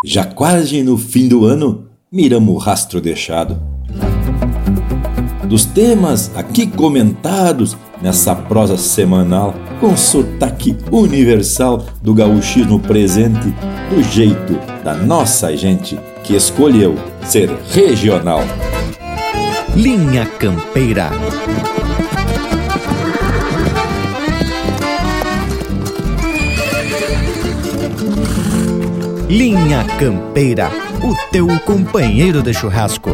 Já quase no fim do ano, miramos o rastro deixado. Dos temas aqui comentados nessa prosa semanal, com sotaque universal do gauchismo presente, do jeito da nossa gente que escolheu ser regional. Linha Campeira. Linha Campeira, o teu companheiro de churrasco.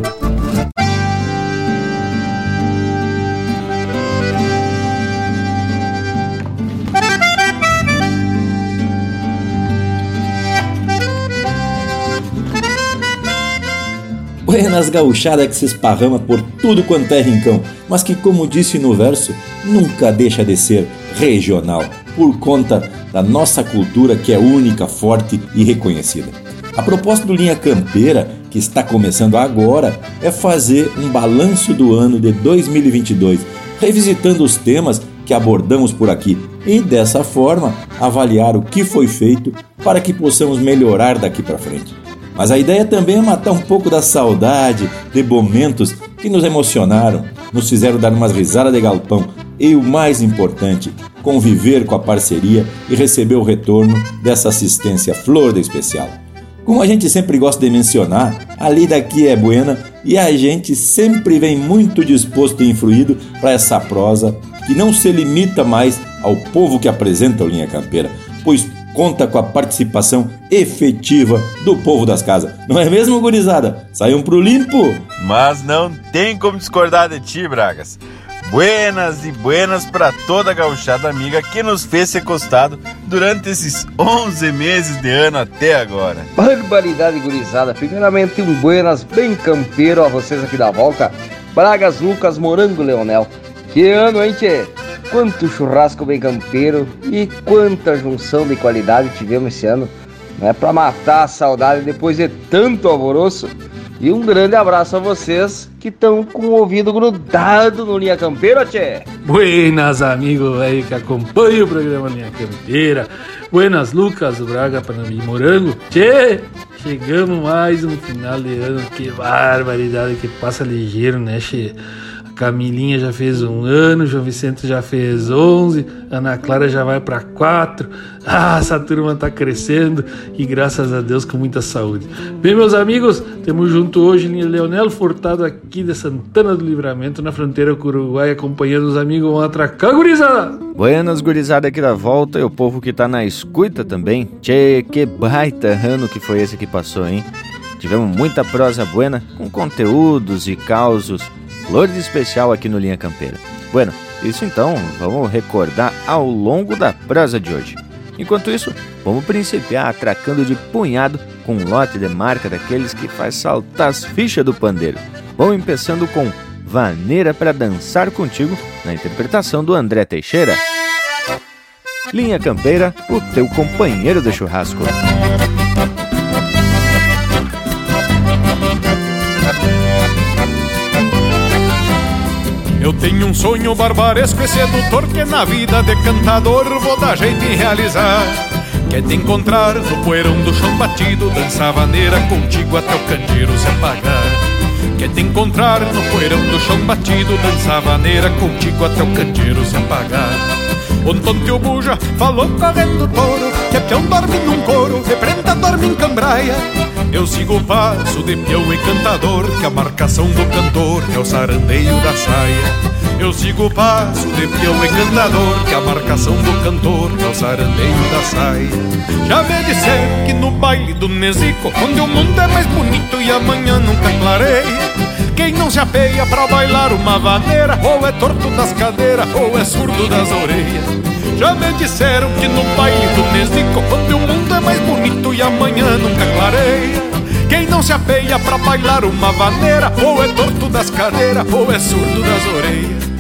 Buenas gauchada que se esparrama por tudo quanto é rincão, mas que, como disse no verso, nunca deixa de ser regional, por conta da nossa cultura que é única, forte e reconhecida. A proposta do Linha Campeira, que está começando agora, é fazer um balanço do ano de 2022, revisitando os temas que abordamos por aqui e, dessa forma, avaliar o que foi feito para que possamos melhorar daqui para frente. Mas a ideia também é matar um pouco da saudade de momentos que nos emocionaram, nos fizeram dar umas risadas de galpão e, o mais importante, conviver com a parceria e receber o retorno dessa assistência flor de especial. Como a gente sempre gosta de mencionar, a lida aqui é buena e a gente sempre vem muito disposto e influído para essa prosa que não se limita mais ao povo que apresenta o Linha Campeira, pois conta com a participação efetiva do povo das casas. Não é mesmo, gurizada? Saiam pro limpo! Mas não tem como discordar de ti, Bragas. Buenas e buenas para toda a gauchada amiga que nos fez ser costado durante esses 11 meses de ano até agora. Barbaridade, gurizada. Primeiramente, um buenas bem campeiro a vocês aqui da volta. Bragas, Lucas, Morango, Leonel. Que ano, hein, tchê? Quanto churrasco bem campeiro e quanta junção de qualidade tivemos esse ano, né? Pra matar a saudade depois de tanto alvoroço. E um grande abraço a vocês que estão com o ouvido grudado no Linha Campeira, tchê. Buenas, amigos aí que acompanham o programa Linha Campeira. Buenas, Lucas, Braga, Panambi e Morango. Tchê, chegamos mais um final de ano. Que barbaridade, que passa ligeiro, né, tchê? Camilinha já fez 1 ano, João Vicente já fez 11, Ana Clara já vai para 4. Essa turma tá crescendo e graças a Deus com muita saúde. Bem, meus amigos, temos junto hoje Leonel Furtado aqui de Santana do Livramento, na fronteira com o Uruguai, acompanhando os amigos. Vão atracar, gurizada! Buenas, gurizada aqui da volta e o povo que tá na escuta também. Tchê, que baita ano que foi esse que passou, hein? Tivemos muita prosa buena, com conteúdos e causos. Flor de especial aqui no Linha Campeira. Bueno, isso então vamos recordar ao longo da prosa de hoje. Enquanto isso, vamos principiar atracando de punhado com um lote de marca daqueles que faz saltar as fichas do pandeiro. Vamos começando com Vaneira pra Dançar Contigo, na interpretação do André Teixeira. Linha Campeira, o teu companheiro de churrasco. Eu tenho um sonho barbaresco e sedutor que na vida de cantador vou dar jeito em realizar. Que é te encontrar no poeirão do chão batido, dançar vaneira contigo até o candeeiro se apagar. Que é te encontrar no poeirão do chão batido, dançar vaneira contigo até o candeeiro se apagar. O tonto buja falou correndo touro, que é peão dorme num couro, de prenda dorme em cambraia. Eu sigo o passo de peão e cantador, que a marcação do cantor é o sarandeio da saia. Eu sigo o passo de peão e cantador, que a marcação do cantor é o sarandeio da saia. Já me disseram que no baile do Nezico, onde o mundo é mais bonito e amanhã nunca clareia, quem não se apeia pra bailar uma vaneira, ou é torto das cadeiras, ou é surdo das orelhas. Já me disseram que no baile do Nezico, onde o mundo é mais bonito e amanhã nunca clareia, quem não se apeia pra bailar uma vaneira, ou é torto das cadeiras, ou é surdo das orelhas.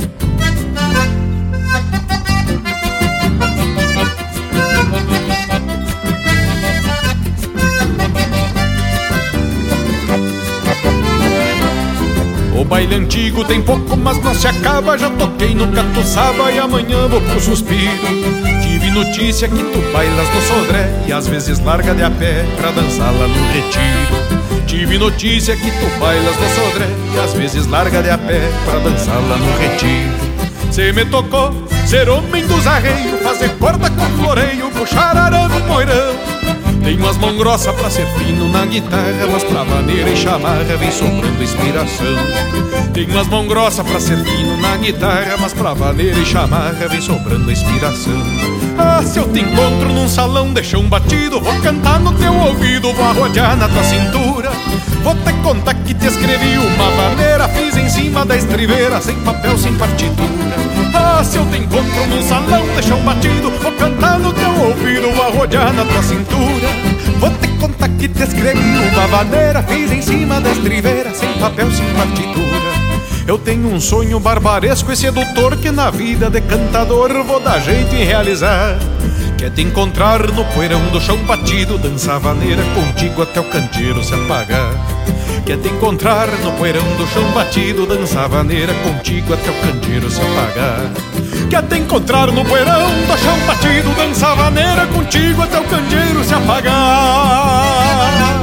O baile antigo tem pouco, mas não se acaba. Já toquei no catuçaba e amanhã vou pro suspiro. Tive Tive notícia que tu bailas no Sodré e às vezes larga de a pé pra dançar lá no Retiro. Tive notícia que tu bailas no Sodré e às vezes larga de a pé pra dançar lá no Retiro. Cê me tocou ser homem dos arreios, fazer corda com floreio, puxar arame e moirão. Tenho as mãos grossas pra ser fino na guitarra, mas pra maneira e chamarra vem sobrando inspiração. Tenho as mãos grossas pra ser fino na guitarra, mas pra maneira e chamarra vem sobrando inspiração. Ah, se eu te encontro num salão de chão batido, vou cantar no teu ouvido, vou arrodear na tua cintura. Vou te contar que te escrevi uma vaneira, fiz em cima da estriveira, sem papel, sem partitura. Ah, se eu te encontro num salão de chão batido, vou cantar no teu ouvido, vou arrodear na tua cintura. Vou te contar que te escrevi uma vaneira, fiz em cima da estriveira, sem papel, sem partitura. Eu tenho um sonho barbaresco e sedutor que na vida de cantador vou dar jeito em realizar. Que é te encontrar no poeirão do chão batido, dançar vaneira contigo até o candeeiro se apagar. Que é te encontrar no poeirão do chão batido, dançar vaneira contigo até o candeeiro se apagar. Que é te encontrar no poeirão do chão batido, dançar vaneira contigo até o candeeiro se apagar.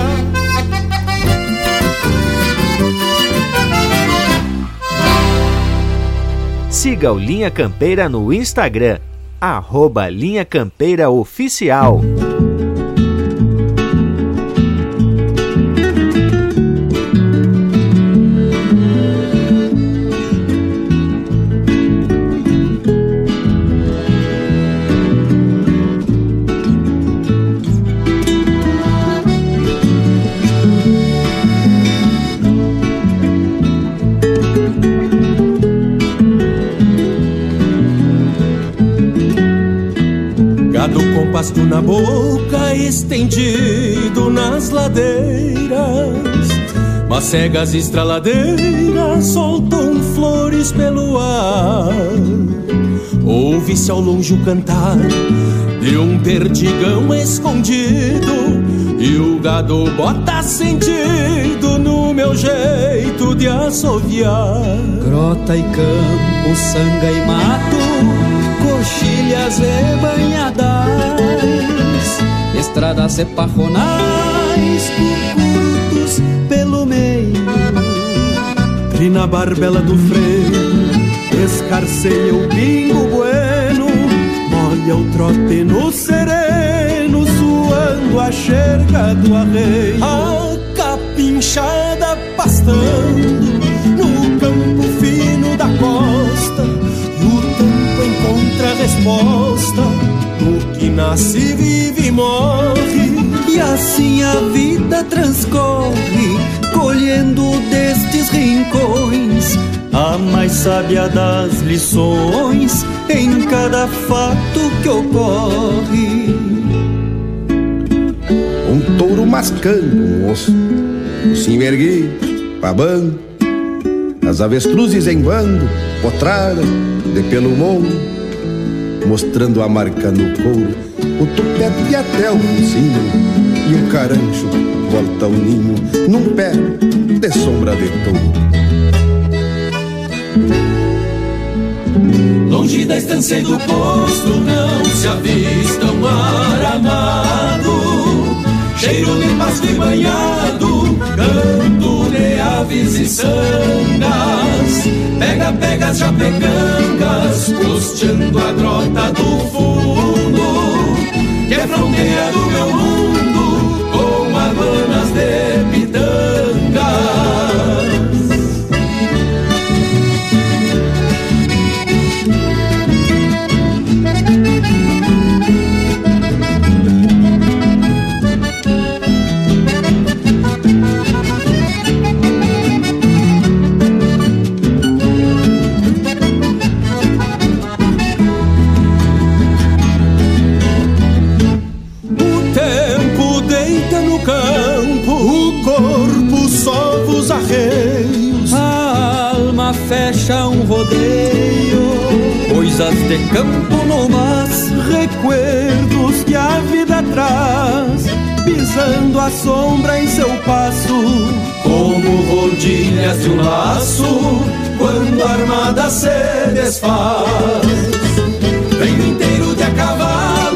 Siga o Linha Campeira no Instagram, @linhacampeiraoficial. Pasto na boca, estendido nas ladeiras, macegas estraladeiras soltam flores pelo ar. Ouve-se ao longe o cantar de um perdigão escondido, e o gado bota sentido no meu jeito de assoviar. Grota e campo, sanga e mato, coxilhas e banhadais, estradas e parronais, curtos pelo meio. Trina a barbela do freio, escarceia o pingo bueno, molha o trote no sereno, suando a xerga do arreio. A capinchada pastando no campo fino da costa, encontra resposta no que nasce, vive e morre. E assim a vida transcorre, colhendo destes rincões a mais sábia das lições em cada fato que ocorre. Um touro mascando um osso, o sim erguido, babando, as avestruzes em bando, potrada de pelo morro, mostrando a marca no couro, o tupete até o focinho, e um carancho volta ao ninho num pé de sombra de touro. Longe da estância e do posto não se avista um mar amado, cheiro de pasto e banhado, canto de aves e sangas, pega-pegas japecangas, costeando a grota do fundo, que é fronteira do meu mundo, com aguanas de pitangas. Fecha um rodeio, coisas de campo no mas, recuerdos que a vida traz, pisando a sombra em seu passo, como rodilhas de um laço, quando a armada se desfaz. Venho inteiro de a cavalo,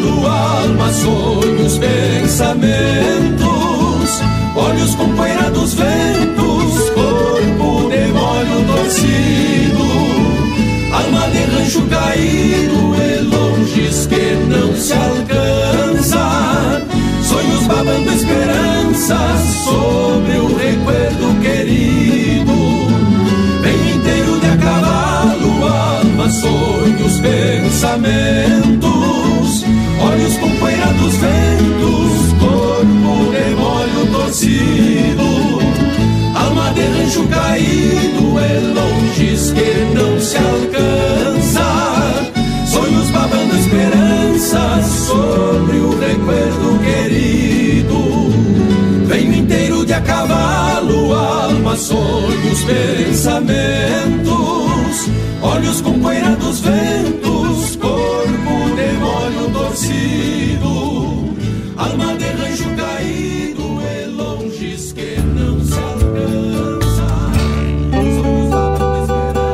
sonhos, pensamentos, olhos com poeira dos ventos, corpo de molho torcido, alma de rancho caído e longes que não se alcança, sonhos babando esperanças sobre o recuerdo querido, vem inteiro de a cavalo, alma, sonhos, pensamentos, olhos com poeira dos ventos, corpo de molho torcido, alma de rancho caído e longes que não se alcança, sonhos babando esperanças sobre o recuerdo querido, vem inteiro de a cavalo, alma, sonhos, pensamentos, olhos com poeira dos ventos, corpo de molho torcido, alma de rancho caído e longes que não se alcança, sonhos babando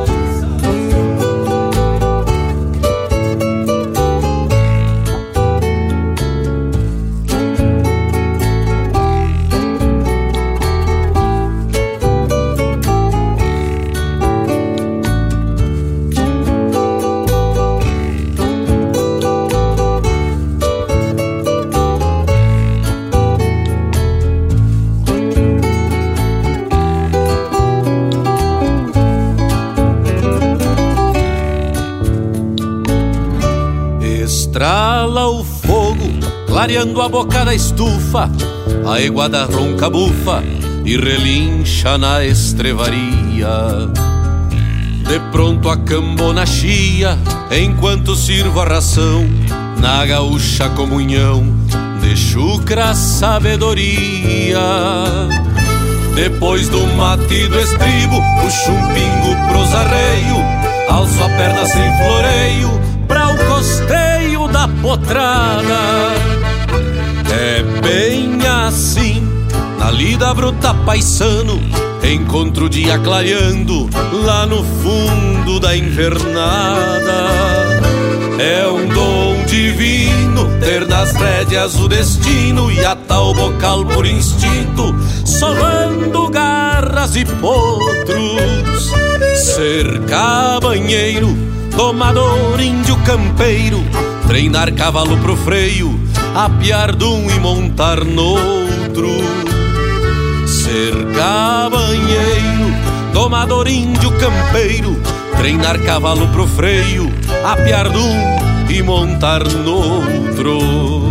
estrala o fogo, clareando a boca da estufa, a iguada ronca bufa e relincha na estrevaria. De pronto a cambona chia, enquanto sirvo a ração, na gaúcha comunhão de chucra sabedoria. Depois do mate e do estribo, puxo um pingo pros arreios, alço a perna sem floreio, pra o costeio da potrada. É bem assim, na lida bruta paisano, encontro o dia clareando lá no fundo da invernada. É um dom divino ter nas rédeas o destino e atar o bocal por instinto, solando garras e potros. Ser cabanheiro, domador, índio campeiro, treinar cavalo pro freio, apiar de um e montar noutro. Ser cabanheiro, domador, índio campeiro, treinar cavalo pro freio, apiar de um e montar noutro.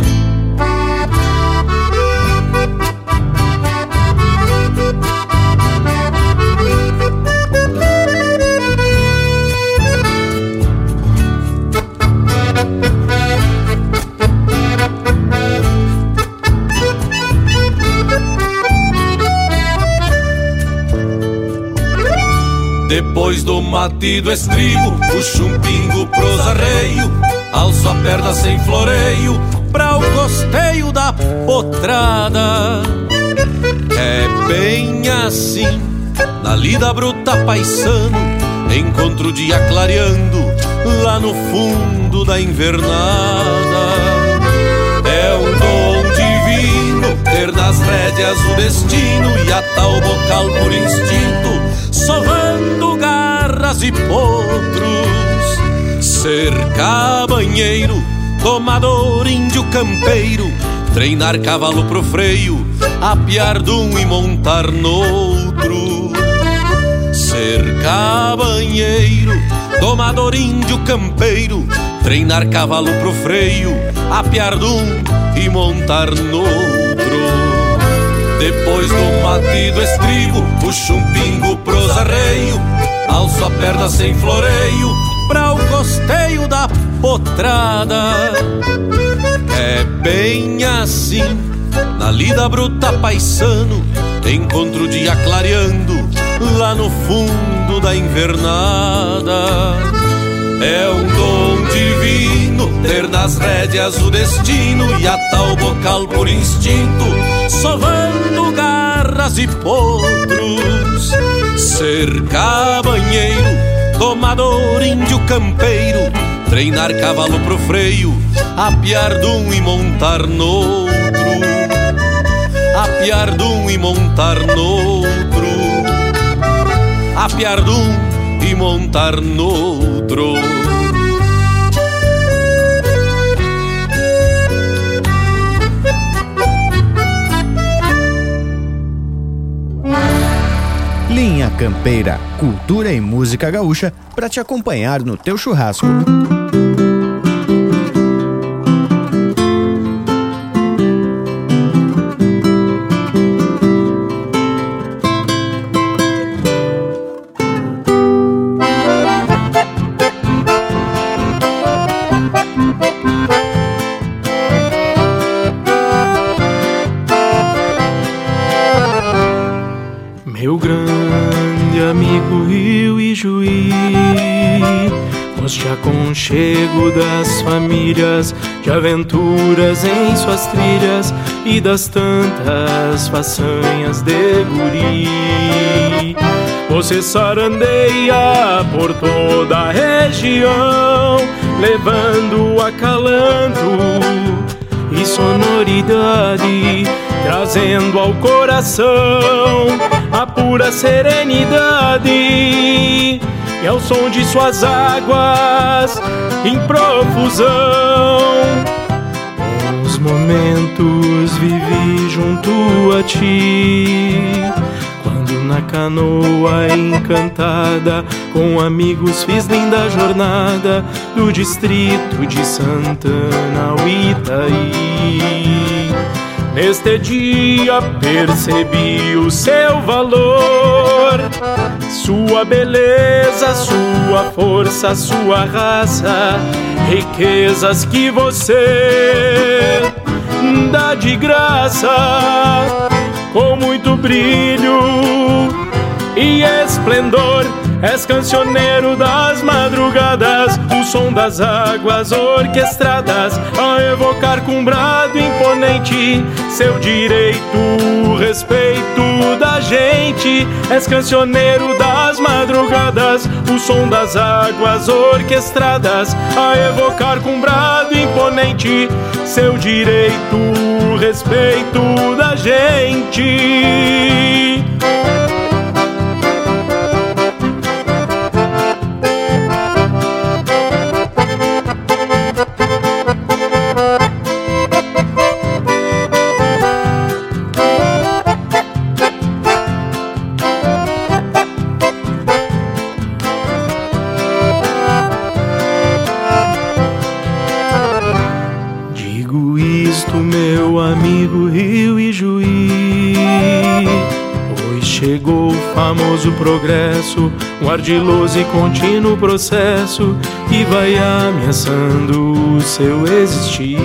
Depois do mate e do estribo, puxo um pingo pros arreios, alço a perna sem floreio, pra o costeio da potrada. É bem assim, na lida bruta paisano, encontro o dia clareando lá no fundo da invernada. É um dom divino ter nas rédeas o destino e atar o bocal por instinto, sovando garras e potros. Ser cabanheiro, domador, índio campeiro, treinar cavalo pro freio, apiar de um e montar noutro. Ser cabanheiro, domador, índio campeiro, treinar cavalo pro freio, apiar de um e montar noutro. Depois do mate e do estribo, puxo um pingo pros arreios, alço a perna sem floreio, pra o costeio da potrada. É bem assim, na lida bruta paisano, encontro o dia clareando lá no fundo da invernada. É um dom divino ter nas rédeas o destino e atar o bocal por instinto, sovando garras e potros. Ser cabanheiro, domador, índio campeiro, treinar cavalo pro freio, apiar de um e montar no outro, apiar de um e montar no outro, apiar de um e montar no outro. Linha Campeira, cultura e música gaúcha para te acompanhar no teu churrasco. Meu grande amigo Rio Ijuí, mostre aconchego das famílias, de aventuras em suas trilhas e das tantas façanhas de guri. Você sarandeia por toda a região, levando acalanto e sonoridade, trazendo ao coração a pura serenidade, e ao som de suas águas em profusão. Bons momentos vivi junto a ti, quando na canoa encantada com amigos fiz linda jornada do distrito de Santana ao Itaí. Neste dia percebi o seu valor, sua beleza, sua força, sua raça, riquezas que você dá de graça, com muito brilho e esplendor. És cancioneiro das madrugadas, o som das águas orquestradas, a evocar com brado imponente seu direito, o respeito da gente. És cancioneiro das madrugadas, o som das águas orquestradas, a evocar com brado imponente seu direito, o respeito da gente. Meu amigo Rio Ijuí, pois chegou o famoso progresso, um ardiloso e contínuo processo que vai ameaçando o seu existir.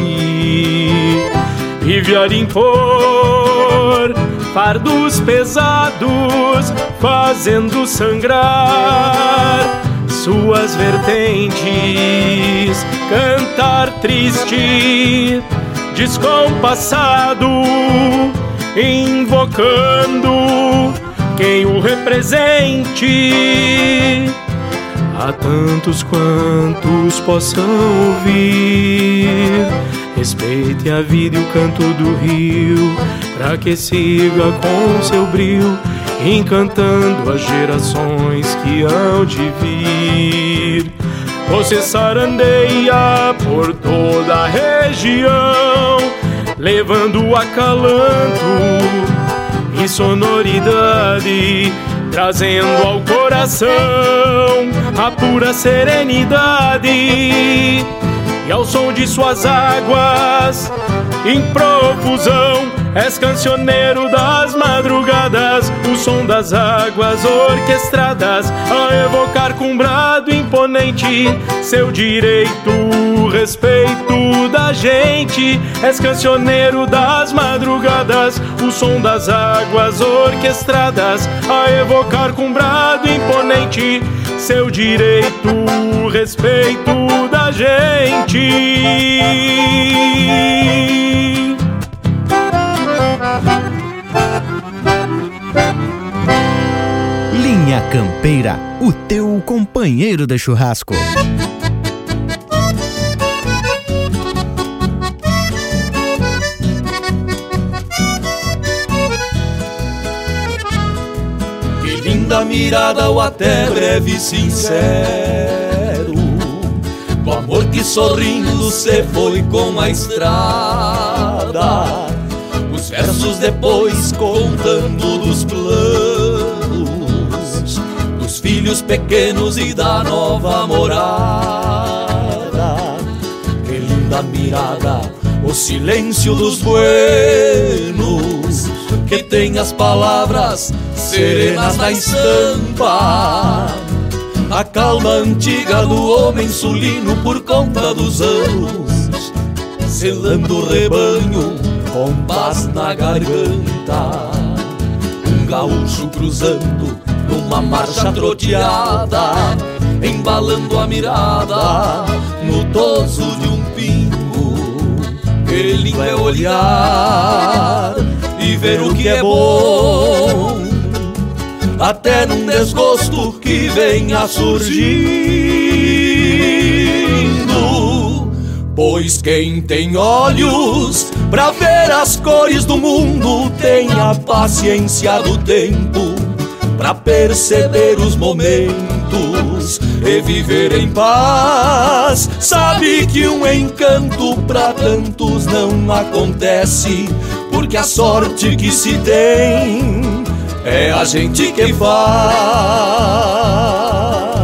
Vive a impor fardos pesados, fazendo sangrar suas vertentes, cantar triste, descompassado, invocando quem o represente. Há tantos quantos possam ouvir, respeite a vida e o canto do rio, pra que siga com seu brio, encantando as gerações que hão de vir. Você sarandeia por toda a região, levando acalanto e sonoridade, trazendo ao coração a pura serenidade, e ao som de suas águas em profusão. És cancioneiro das madrugadas, o som das águas orquestradas, a evocar com brado imponente seu direito, o respeito da gente. És cancioneiro das madrugadas, o som das águas orquestradas, a evocar com brado imponente seu direito, o respeito da gente. Linha Campeira, o teu companheiro de churrasco. linda mirada ou até breve e sincero, do amor que sorrindo se foi com a estrada. Os versos depois contando dos planos, dos filhos pequenos e da nova morada. Que linda mirada, o silêncio dos buenos, que tem as palavras serenas na estampa. A calma antiga do homem sulino por conta dos anos, selando o rebanho com paz na garganta. Um gaúcho cruzando numa marcha troteada, embalando a mirada no toso de um pingo. Que lindo é olhar e ver o que é bom, até num desgosto que venha surgindo. Pois quem tem olhos pra ver as cores do mundo tem a paciência do tempo pra perceber os momentos e viver em paz. Sabe que um encanto pra tantos não acontece, porque a sorte que se tem é a gente que faz.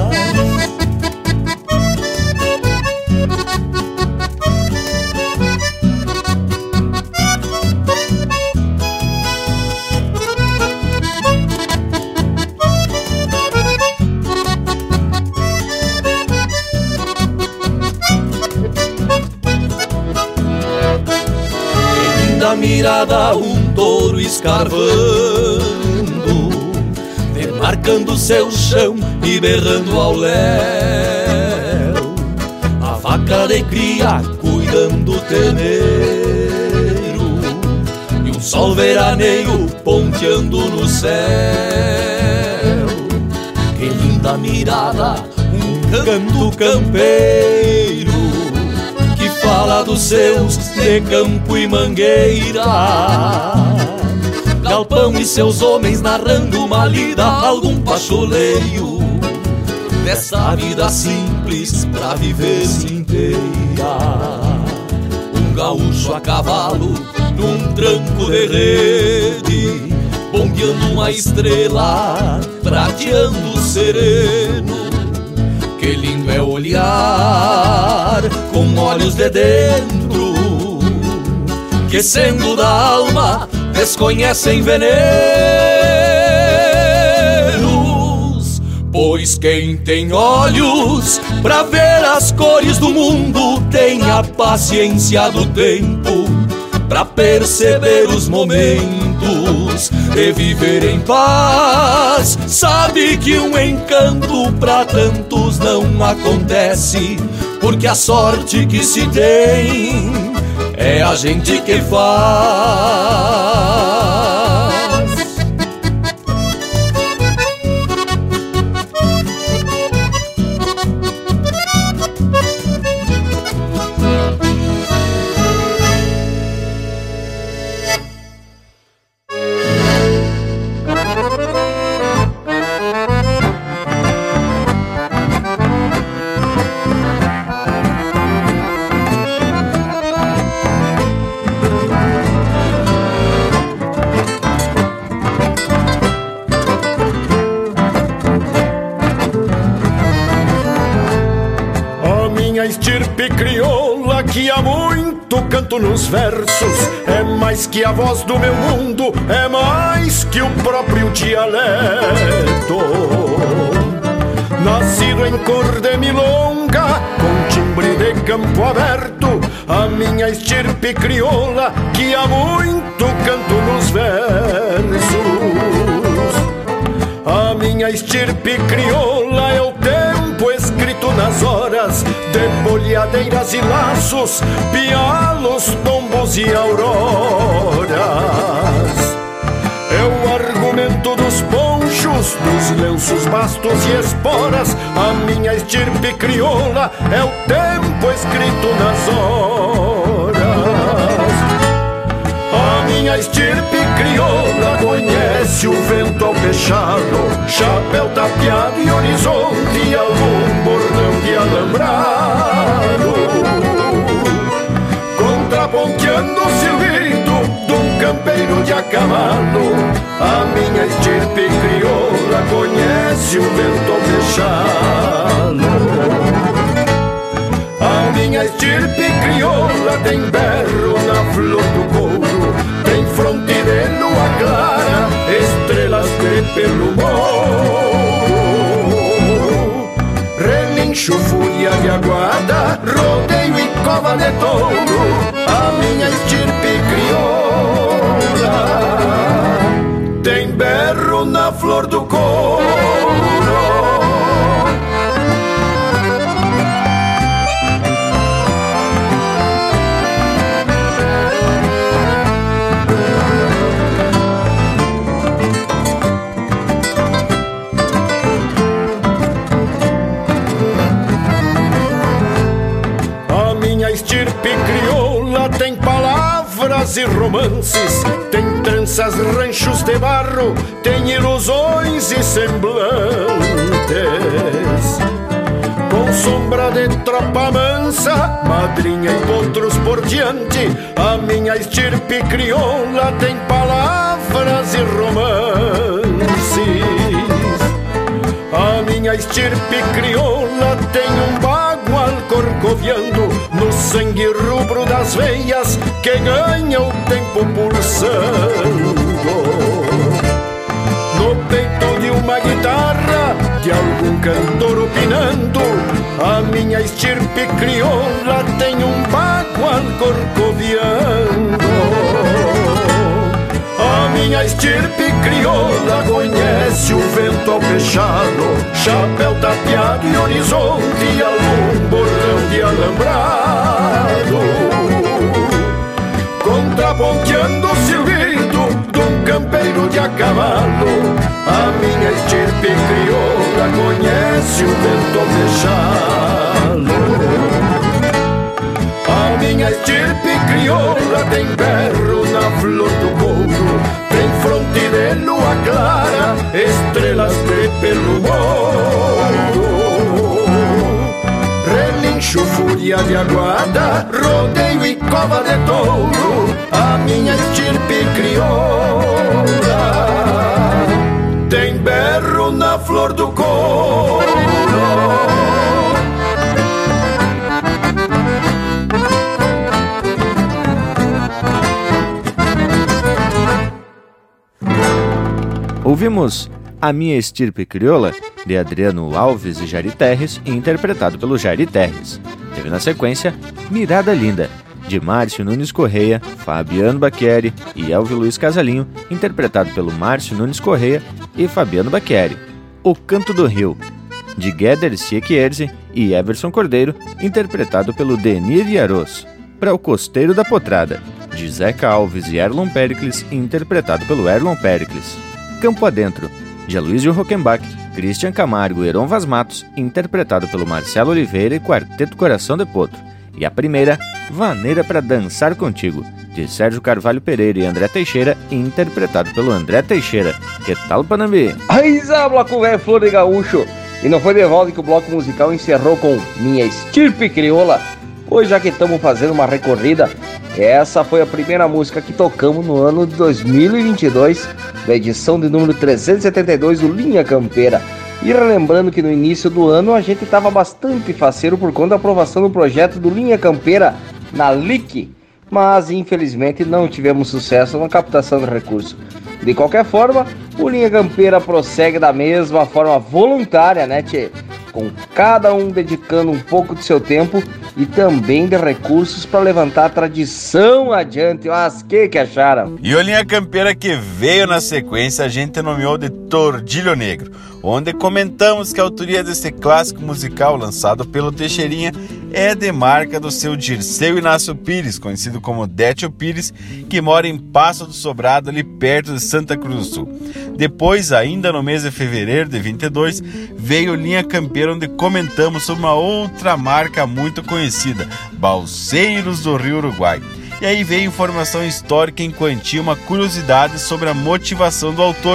Da mirada um touro escarvando, demarcando seu chão e berrando ao léu. A vaca de cria cuidando o terneiro, e um sol veraneio ponteando no céu. Que linda mirada, um canto campeiro que fala dos seus de campo e mangueira. Galpão e seus homens narrando uma lida, algum pacholeio dessa vida simples pra viver-se inteira. Um gaúcho a cavalo num tranco de rede, bombeando uma estrela, prateando sereno. Que lindo é olhar com olhos de dentro, que sendo da alma desconhecem venenos. Pois quem tem olhos pra ver as cores do mundo tem a paciência do tempo pra perceber os momentos e viver em paz. Sabe que um encanto pra tantos não acontece, porque a sorte que se tem é a gente que faz. Estirpe crioula que há muito canto nos versos, é mais que a voz do meu mundo, é mais que o próprio dialeto. Nascido em cor de milonga, com timbre de campo aberto, a minha estirpe crioula que há muito canto nos versos. A minha estirpe crioula é o tempo escrito nas horas de boleadeiras e laços, pialos, tombos e auroras. É o argumento dos ponchos, dos lenços, bastos e esporas. A minha estirpe crioula é o tempo escrito nas horas. A minha estirpe crioula conhece o vento ao fechado, chapéu tapeado e horizonte, algum bordão de alambrado, contraponteando o silbido de um campeiro de a cavalo. A minha estirpe crioula conhece o vento fechado. A minha estirpe crioula tem berro na flor do couro, tem fronte de lua clara, estrelas de pelo morro, relincho, fúria de aguada, rodeio e cova de touro. A minha estirpe crioula tem berro na flor do couro. Estirpe crioula tem palavras e romances, tem tranças, ranchos de barro, tem ilusões e semblantes. Com sombra de tropa mansa, madrinha e potros por diante, a minha estirpe crioula tem palavras e romances. A minha estirpe crioula tem um bagual corcoviando no sangue rubro das veias que ganha o tempo pulsando. No peito de uma guitarra, de algum cantor opinando, a minha estirpe crioula tem um bagual corcoviando. A minha estirpe crioula conhece o vento ao fechado, chapéu tapeado e horizonte, algum bordão de alambrado, contraponteando o silbido de um campeiro de a cavalo. A minha estirpe crioula conhece o vento ao fechado. A minha estirpe crioula tem berro na flor do couro, tem fronte de lua clara, estrelas de pelo morro, relincho, fúria de aguada, rodeio e cova de touro. A minha estirpe crioula tem berro na flor do couro. Ouvimos A Minha Estirpe Crioula, de Adriano Alves e Jari Terres, interpretado pelo Jari Terres. Teve na sequência Mirada Linda, de Márcio Nunes Correia, Fabiano Bacchieri e Elvio Luiz Casalinho, interpretado pelo Márcio Nunes Correia e Fabiano Bacchieri. O Canto do Rio, de Gueder Siekierze e Everson Cordeiro, interpretado pelo Denir Yaros. Para O Costeiro da Potrada, de Zeca Alves e Erlon Pericles, interpretado pelo Erlon Pericles. Campo Adentro, de Aloysio Rockenbach, Christian Camargo e Heron Vaz Matos, interpretado pelo Marcelo Oliveira e Quarteto Coração de Potro. E a primeira, Vaneira para Dançar Contigo, de Sérgio Carvalho Pereira e André Teixeira, interpretado pelo André Teixeira. Que tal, Panambi? Aí, bloco velho, flor de gaúcho. E não foi de volta que o bloco musical encerrou com Minha Estirpe Crioula. Hoje, já que estamos fazendo uma recorrida, essa foi a primeira música que tocamos no ano de 2022, da edição de número 372 do Linha Campeira. E relembrando que no início do ano a gente estava bastante faceiro por conta da aprovação do projeto do Linha Campeira na LIC, mas infelizmente não tivemos sucesso na captação de recursos. De qualquer forma, o Linha Campeira prossegue da mesma forma voluntária, né, tchê? Com cada um dedicando um pouco de seu tempo e também de recursos para levantar a tradição adiante. Mas que acharam? E o Linha Campeira que veio na sequência a gente nomeou de Tordilho Negro, onde comentamos que a autoria desse clássico musical lançado pelo Teixeirinha é de marca do seu Dirceu Inácio Pires, conhecido como Détio Pires, que mora em Passo do Sobrado, ali perto de Santa Cruz do Sul. Depois, ainda no mês de fevereiro de 22, veio Linha Campeira, onde comentamos sobre uma outra marca muito conhecida, Balseiros do Rio Uruguai. E aí veio informação histórica em quantia, uma curiosidade sobre a motivação do autor,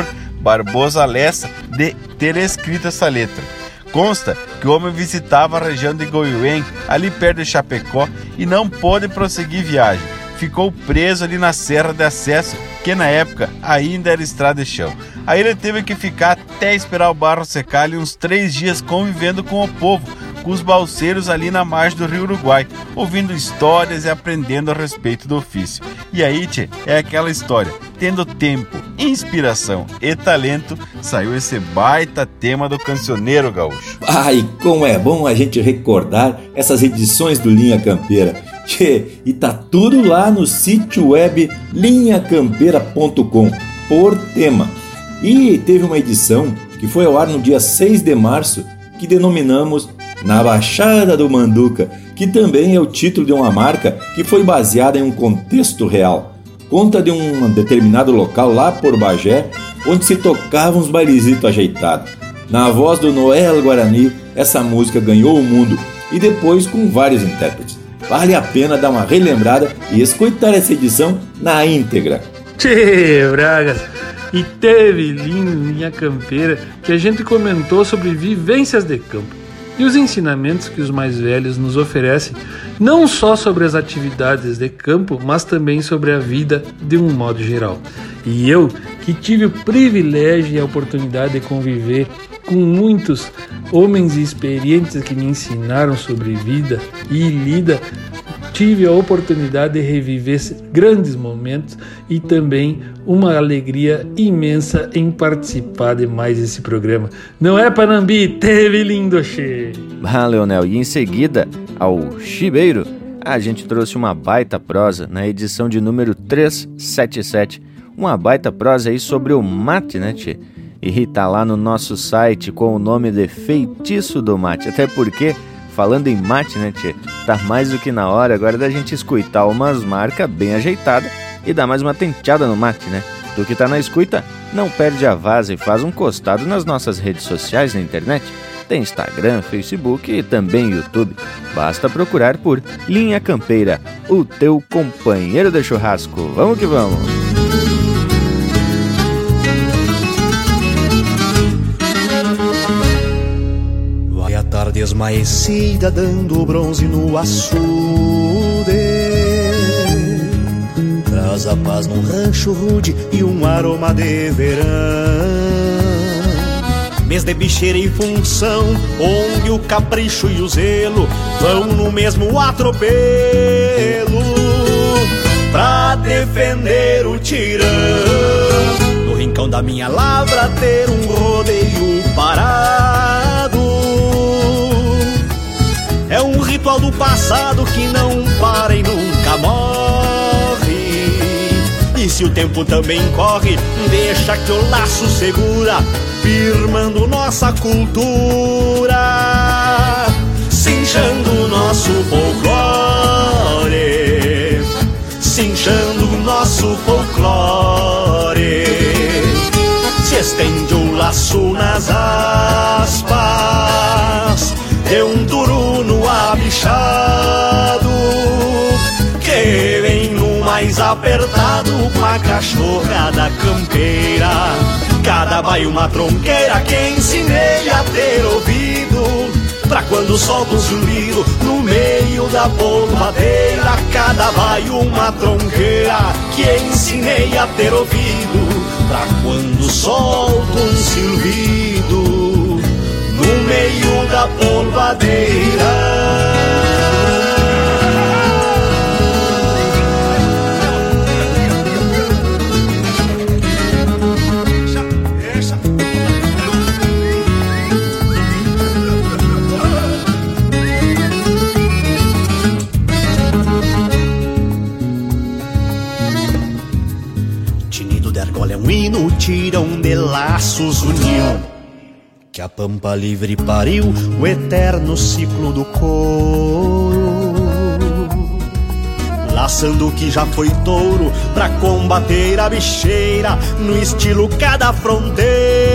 Barbosa Lessa de ter escrito essa letra. Consta que o homem visitava a região de Goiuém, ali perto de Chapecó, e não pôde prosseguir viagem. Ficou preso ali na Serra de Acesso, que na época ainda era estrada de chão. Aí ele teve que ficar até esperar o barro secar ali uns 3 dias convivendo com o povo, com os balseiros ali na margem do Rio Uruguai, ouvindo histórias e aprendendo a respeito do ofício. E aí, tchê, é aquela história, tendo tempo, inspiração e talento, saiu esse baita tema do cancioneiro gaúcho. Ai, como é bom a gente recordar essas edições do Linha Campeira. Tchê, e tá tudo lá no sítio web linhacampeira.com, por tema. E teve uma edição que foi ao ar no dia 6 de março, que denominamos Na Baixada do Manduca, que também é o título de uma marca que foi baseada em um contexto real. Conta de um determinado local lá por Bagé, onde se tocavam uns bailezitos ajeitados. Na voz do Noel Guarani, essa música ganhou o mundo, e depois com vários intérpretes. Vale a pena dar uma relembrada e escutar essa edição na íntegra. Tchê, Bragas! E teve Linha Campeira que a gente comentou sobre vivências de campo e os ensinamentos que os mais velhos nos oferecem, não só sobre as atividades de campo, mas também sobre a vida de um modo geral. E eu, que tive o privilégio e a oportunidade de conviver com muitos homens experientes que me ensinaram sobre vida e lida, tive a oportunidade de reviver grandes momentos e também uma alegria imensa em participar de mais esse programa. Não é, Panambi? Teve lindo, che! Ah, Leonel, e em seguida, ao Chibeiro, a gente trouxe uma baita prosa na edição de número 377. Uma baita prosa aí sobre o mate, né, tchê? E tá lá no nosso site com o nome de Feitiço do Mate. Até porque, falando em mate, né, tchê? Tá mais do que na hora agora da gente escutar umas marcas bem ajeitadas e dar mais uma tenteada no mate, né? Tu que tá na escuta, não perde a vaza e faz um costado nas nossas redes sociais na internet. Tem Instagram, Facebook e também YouTube. Basta procurar por Linha Campeira, o teu companheiro de churrasco. Vamos que vamos! Vai a tarde esmaecida dando bronze no açude, traz a paz num rancho rude e um aroma de verão. Mês de bicheira e função, onde o capricho e o zelo vão no mesmo atropelo pra defender o tirão. No rincão da minha lavra ter um rodeio parado é um ritual do passado que não para e nunca morre. E se o tempo também corre, deixa que o laço segura, firmando nossa cultura, cinchando nosso folclore, cinchando nosso folclore. Se estende o laço nas aspas de um turuno abichado que vem no mais apertado com a cachorrada campeira. Cada baio uma tronqueira que ensinei a ter ouvido, pra quando solta um zumbido no meio da polvadeira. Cada baio uma tronqueira que ensinei a ter ouvido, pra quando solta um silbido no meio da polvadeira. É um hino, tirão de laços uniu, que a pampa livre pariu o eterno ciclo do couro, laçando o que já foi touro pra combater a bicheira no estilo cada fronteira.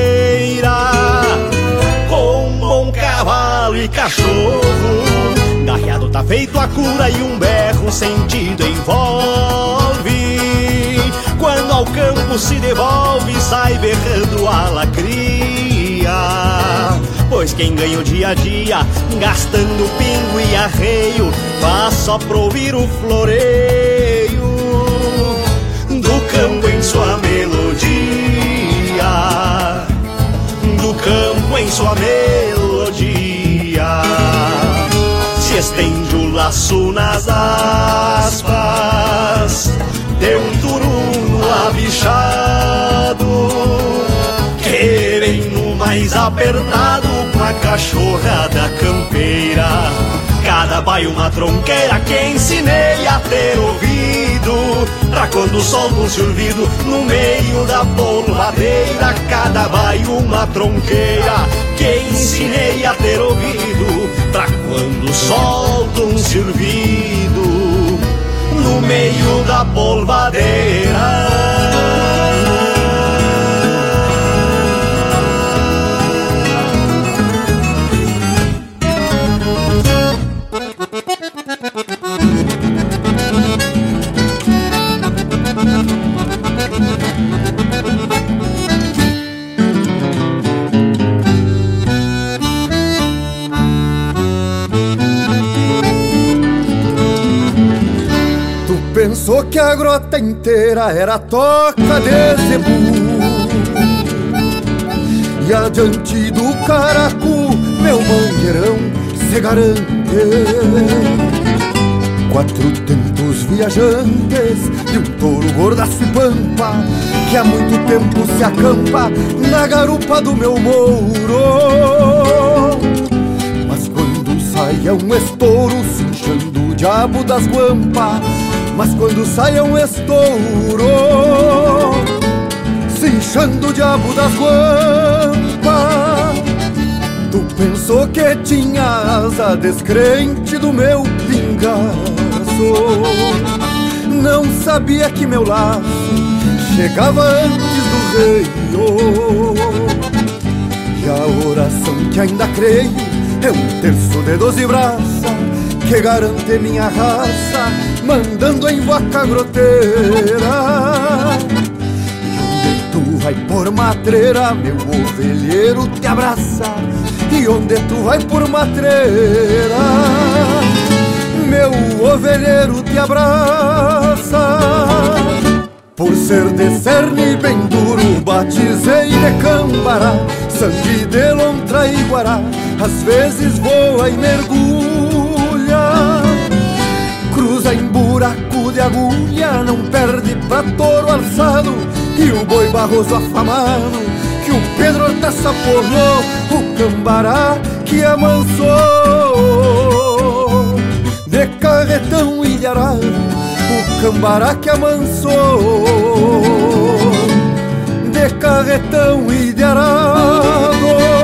Com um bom cavalo e cachorro, garreado tá feito a cura e um berro sentido envolve. Quando ao campo se devolve, sai berrando a quem ganha o dia a dia, gastando pingo e arreio, faz só pra ouvir o floreio do campo em sua melodia, do campo em sua melodia. Se estende o laço nas aspas de um turuno abichado, querem no mais apertado com a cachorrada campeira. Cada baio uma tronqueira que ensinei a ter ouvido, pra quando solta um silvido no meio da polvadeira. Cada baio uma tronqueira que ensinei a ter ouvido, pra quando solta um silvido no meio da polvadeira. Pensou que a grota inteira era toca de zebu, e adiante do caracu meu mangueirão se garante. 400 viajantes de um touro gordaço e pampa, que há muito tempo se acampa na garupa do meu mouro. Mas quando saia um estouro cinchando o diabo das guampas, mas quando saia um estouro cinchando o diabo das guampas, tu pensou que tinha asa descrente do meu pingaço. Não sabia que meu laço chegava antes do reio, e a oração que ainda creio é um terço de 12 braças que garante minha raça, mandando em vaca groteira. E onde tu vai por matreira, meu ovelheiro te abraça. E onde tu vai por matreira, meu ovelheiro te abraça. Por ser de cerne bem duro, batizei de cambará, sangue de lontra e guará, às vezes voa e mergulha, cruza em buraco de agulha, não perde pra touro alçado, e o boi barroso afamado que o Pedro Hortaça porrou, o cambará que amansou de carretão e de arado, o cambará que amansou de carretão e de arado.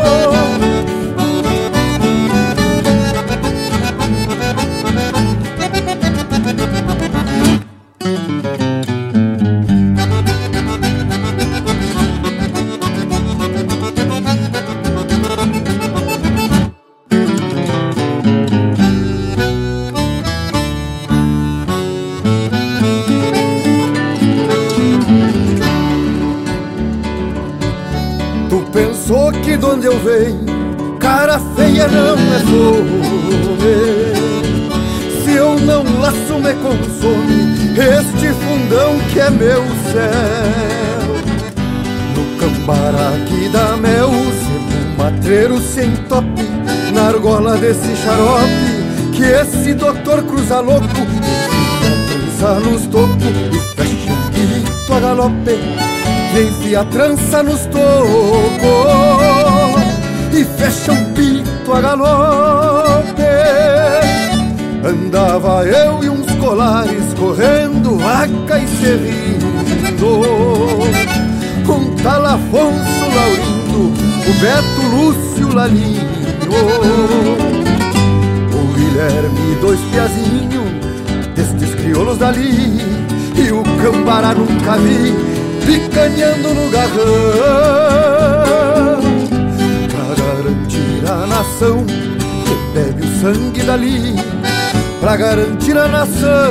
Pensou que donde eu venho, cara feia não é fome. Se eu não laço me consome este fundão que é meu céu. No cambará que dá mel, sebo matreiro sem tope, na argola desse xarope que esse doutor cruza louco, enfia nos tocos e fecha um grito a galope. Enfia a trança nos tocos e fecha um pito a galope. Andava eu e uns colares correndo vaca e serrindo, com tal Afonso Laurindo, o Beto Lúcio Lalinho, o Guilherme, dois piazinhos destes crioulos dali, e o cambará nunca vi picanhando no garrão, pra garantir a nação que bebe o sangue dali, pra garantir a nação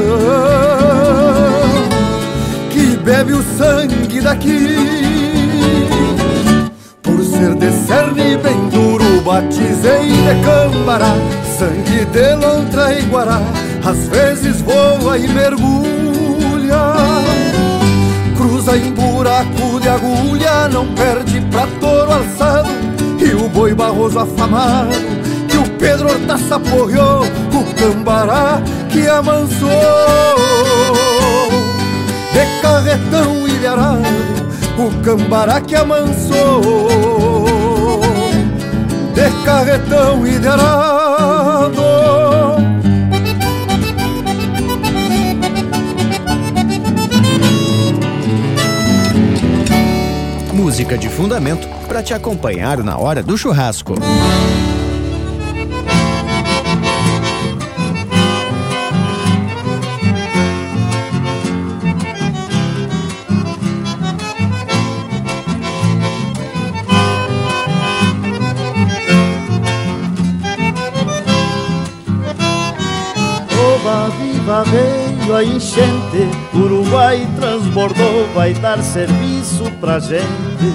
que bebe o sangue daqui. Por ser de cerne bem duro, batizei de Cambará, sangue de lontra e guará, às vezes voa e mergulha, cruza em buraco de agulha, não perde pra touro alçado, e o boi barroso afamado, que o Pedro Hortaça aporreou, o Cambará que amansou, de carretão ilharado, o Cambará que amansou, de carretão ilharado. Música de fundamento para te acompanhar na hora do churrasco. Viva veio a enchente, Uruguai transbordou, vai dar serviço pra gente.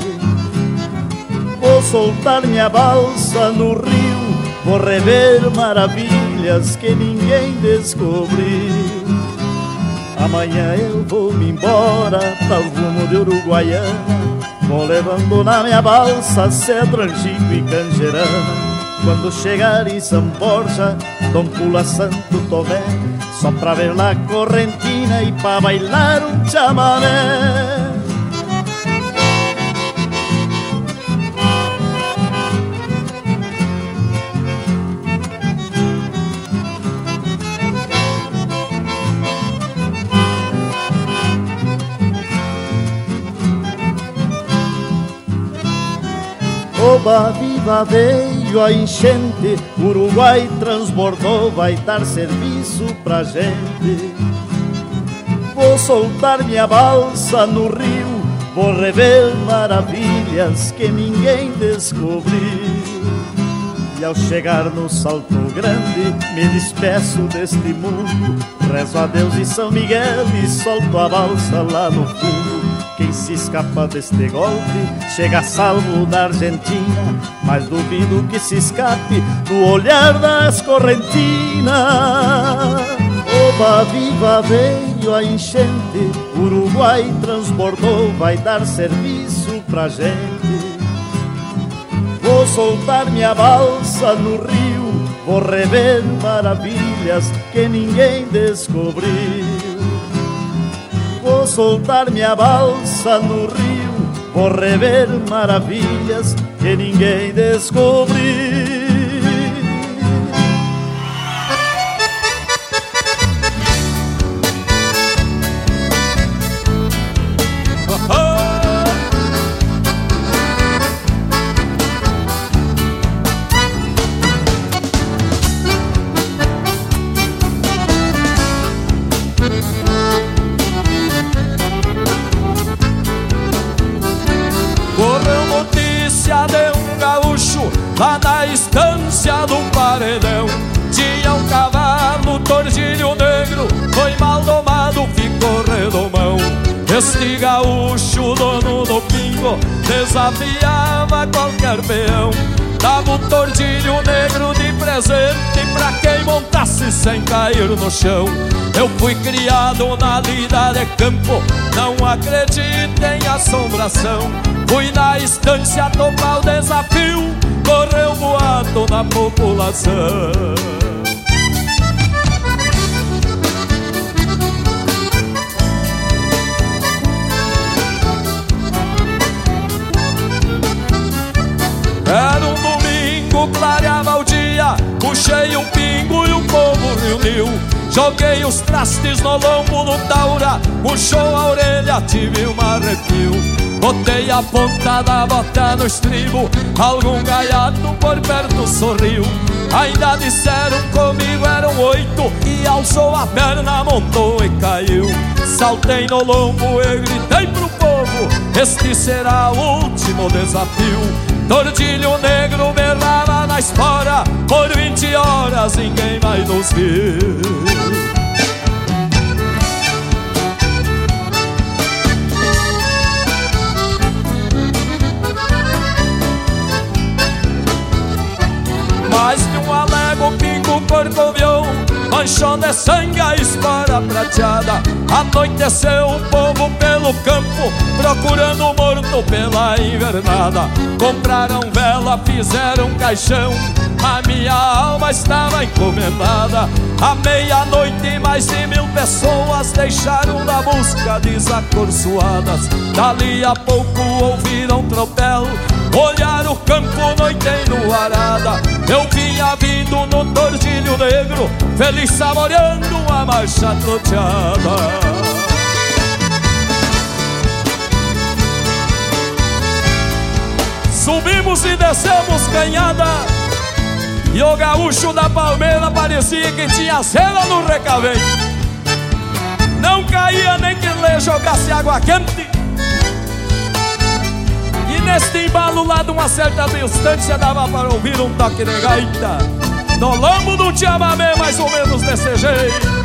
Vou soltar minha balsa no rio, vou rever maravilhas que ninguém descobriu. Amanhã eu vou me embora pra o rumo de Uruguaiana, vou levando na minha balsa cedro, angico e canjerana. Quando chegar em São Borja, Dom Pula Santo Tomé, só pra ver lá correntina e pra bailar um chamamé. Oba, viva veio a enchente, Uruguai transbordou, vai dar serviço pra gente. Vou soltar minha balsa no rio, vou rever maravilhas que ninguém descobriu. E ao chegar no Salto Grande, me despeço deste mundo, rezo a Deus e São Miguel e solto a balsa lá no fundo. Quem se escapa deste golpe chega salvo da Argentina, mas duvido que se escape do olhar das correntinas. Oba, viva veio a enchente, Uruguai transbordou, vai dar serviço pra gente. Vou soltar minha balsa no rio, vou rever maravilhas que ninguém descobriu. Vou soltar minha balsa no rio, vou rever maravilhas que ninguém descobriu. Lá na estância do paredão tinha um cavalo, tordilho negro, foi mal domado, ficou redomão. Este gaúcho, dono do pingo, desafiava qualquer peão. Dava o tordilho negro de presente pra quem montasse sem cair no chão. Eu fui criado na lida de campo, não acredito em assombração. Fui na estância topar o desafio, correu boato na população. Era um domingo, clareava o dia, puxei um pingo e o povo reuniu. Joguei os trastes no lombo do taura, puxou a orelha, tive um arrepio. Botei a ponta da bota no estribo, algum gaiato por perto sorriu. Ainda disseram comigo eram 8, e alçou a perna, montou e caiu. Saltei no lombo e gritei pro povo, este será o último desafio. Tordilho negro berrava na espora, por 20 horas ninguém vai nos ver. corcoviou, manchou de sangue a espora prateada. Anoiteceu o povo pelo campo, procurando o morto pela invernada. Compraram vela, fizeram caixão, a minha alma estava encomendada. À meia-noite mais de 1000 pessoas deixaram da busca desacorçoadas. Dali a pouco ouviram tropel, olharam o campo noite enluarada. Eu vinha vindo no tordilho negro, feliz saboreando a marcha troteada. Subimos e descemos canhada, e o gaúcho da palmeira parecia que tinha cera no recavém. Não caía nem que lhe jogasse água quente. E neste embalo lá de uma certa distância dava para ouvir um toque de gaita no lombo do chamamé, mais ou menos desse jeito.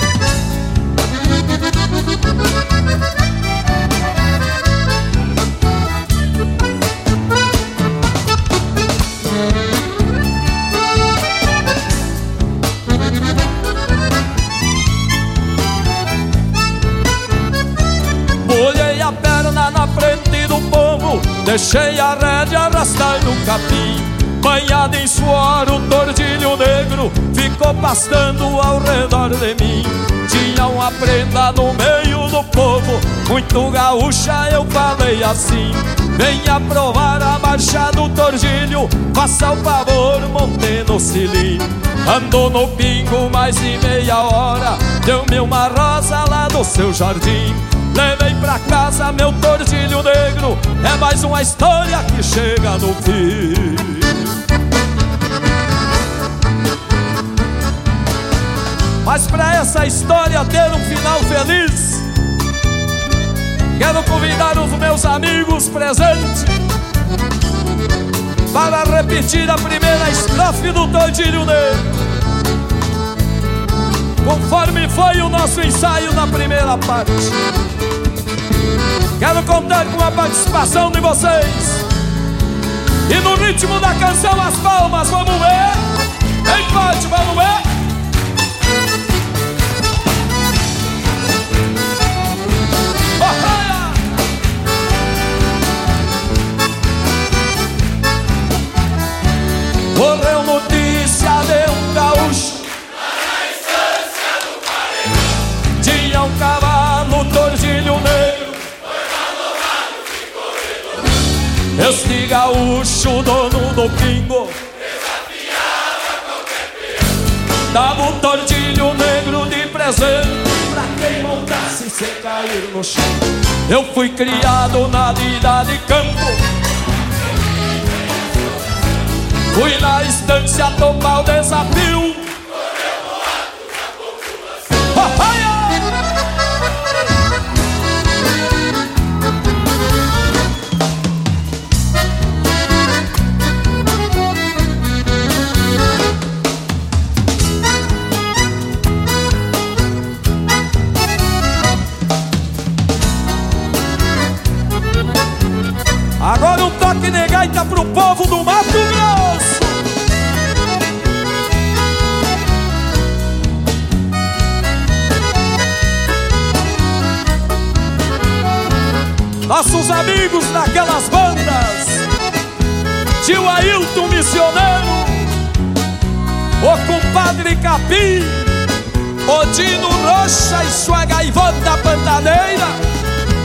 Olhei a perna na frente do povo, deixei a rédea arrastar no capim. Banhado em suor, o tordilho negro ficou pastando ao redor de mim. Tinha uma prenda no meio do povo, muito gaúcha, eu falei assim: venha provar a marcha do tordilho, faça o favor, monte no cilim. Andou no pingo mais de meia hora, deu-me uma rosa lá do seu jardim. Levei pra casa meu tordilho negro, é mais uma história que chega no fim. Mas pra essa história ter um final feliz, quero convidar os meus amigos presentes para repetir a primeira estrofe do tordilho negro, conforme foi o nosso ensaio na primeira parte. Quero contar com a participação de vocês, e no ritmo da canção as palmas, vamos ver? Bem forte, vamos ver? Correu notícia de um gaúcho na estância do Paredão. Tinha um cavalo tordilho negro, este gaúcho, dono do pingo, desafiava qualquer peão. Dava um tordilho negro de presente pra quem montasse sem cair no chão. Eu fui criado na vida de campo, fui na estância topar o desafio. Correu no ato da população. Agora um toque de gaita pro povo do Mato Grosso. Nossos amigos daquelas bandas, tio Ailton Missioneiro, o compadre Capim, o Dino Rocha e sua gaivota pantaneira.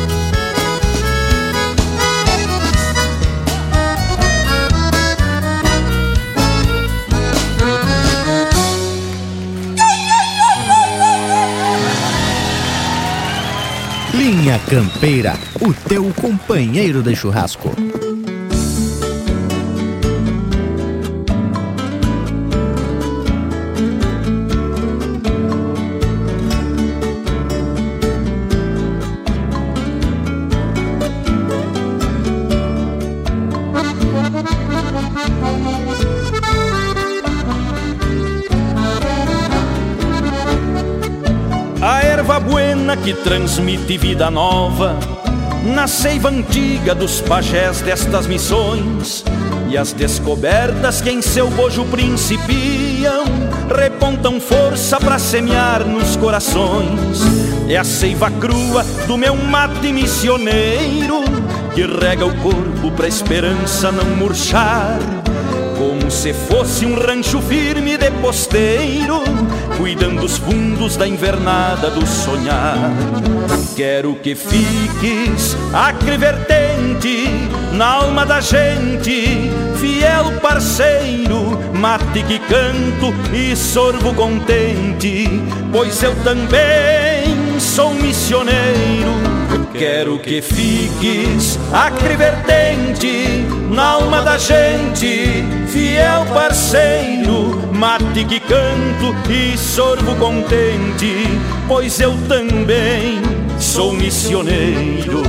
Linha Campeira, o teu companheiro de churrasco. A erva buena que transmite vida nova na seiva antiga dos pajés destas missões, e as descobertas que em seu bojo principiam repontam força pra semear nos corações. É a seiva crua do meu mate missioneiro que rega o corpo pra esperança não murchar, como se fosse um rancho firme de posteiro, cuidando os fundos da invernada do sonhar. Quero que fiques acre vertente na alma da gente, fiel parceiro, mate que canto e sorvo contente, pois eu também sou missioneiro. Quero que fiques acre vertente na alma da gente, fiel parceiro, mate que canto e sorvo contente, pois eu também sou missioneiro.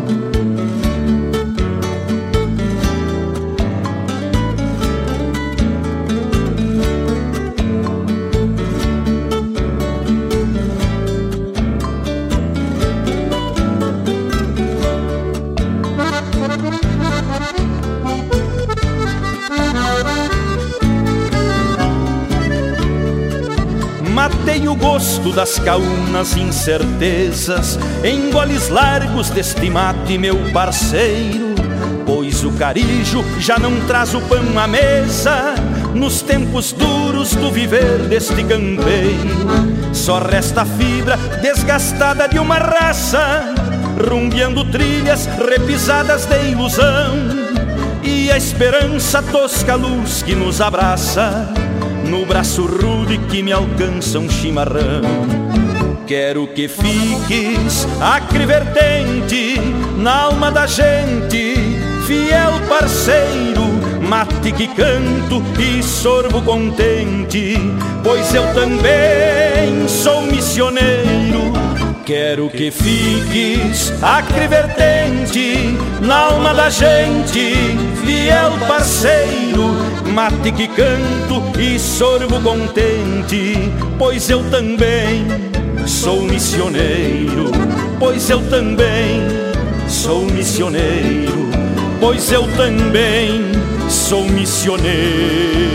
Matei o gosto das caunas incertezas em goles largos deste mate, meu parceiro, pois o carijo já não traz o pão à mesa nos tempos duros do viver deste campeiro. Só resta a fibra desgastada de uma raça, rumbeando trilhas repisadas de ilusão, e a esperança tosca luz que nos abraça no braço rude que me alcança um chimarrão. Quero que fiques acre vertente na alma da gente, fiel parceiro, mate que canto e sorvo contente, pois eu também sou missioneiro. Quero que fiques acre vertente na alma da gente, fiel parceiro, mate que canto e sorvo contente, pois eu também sou missioneiro, pois eu também sou missioneiro, pois eu também sou missioneiro.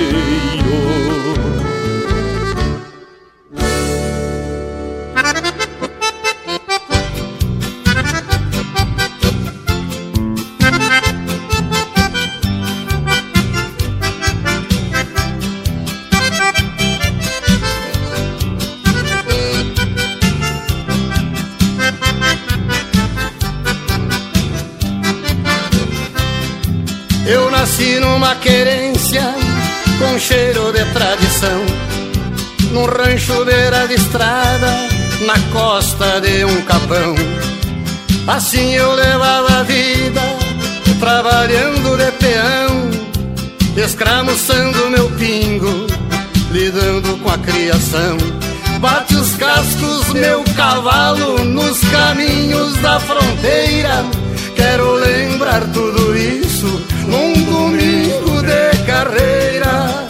Eu nasci numa querência com cheiro de tradição, num rancho beira de estrada, na costa de um capão. Assim eu levava a vida, trabalhando de peão, escramuçando meu pingo, lidando com a criação. Bate os cascos meu cavalo nos caminhos da fronteira, quero lembrar tudo isso num domingo de carreira.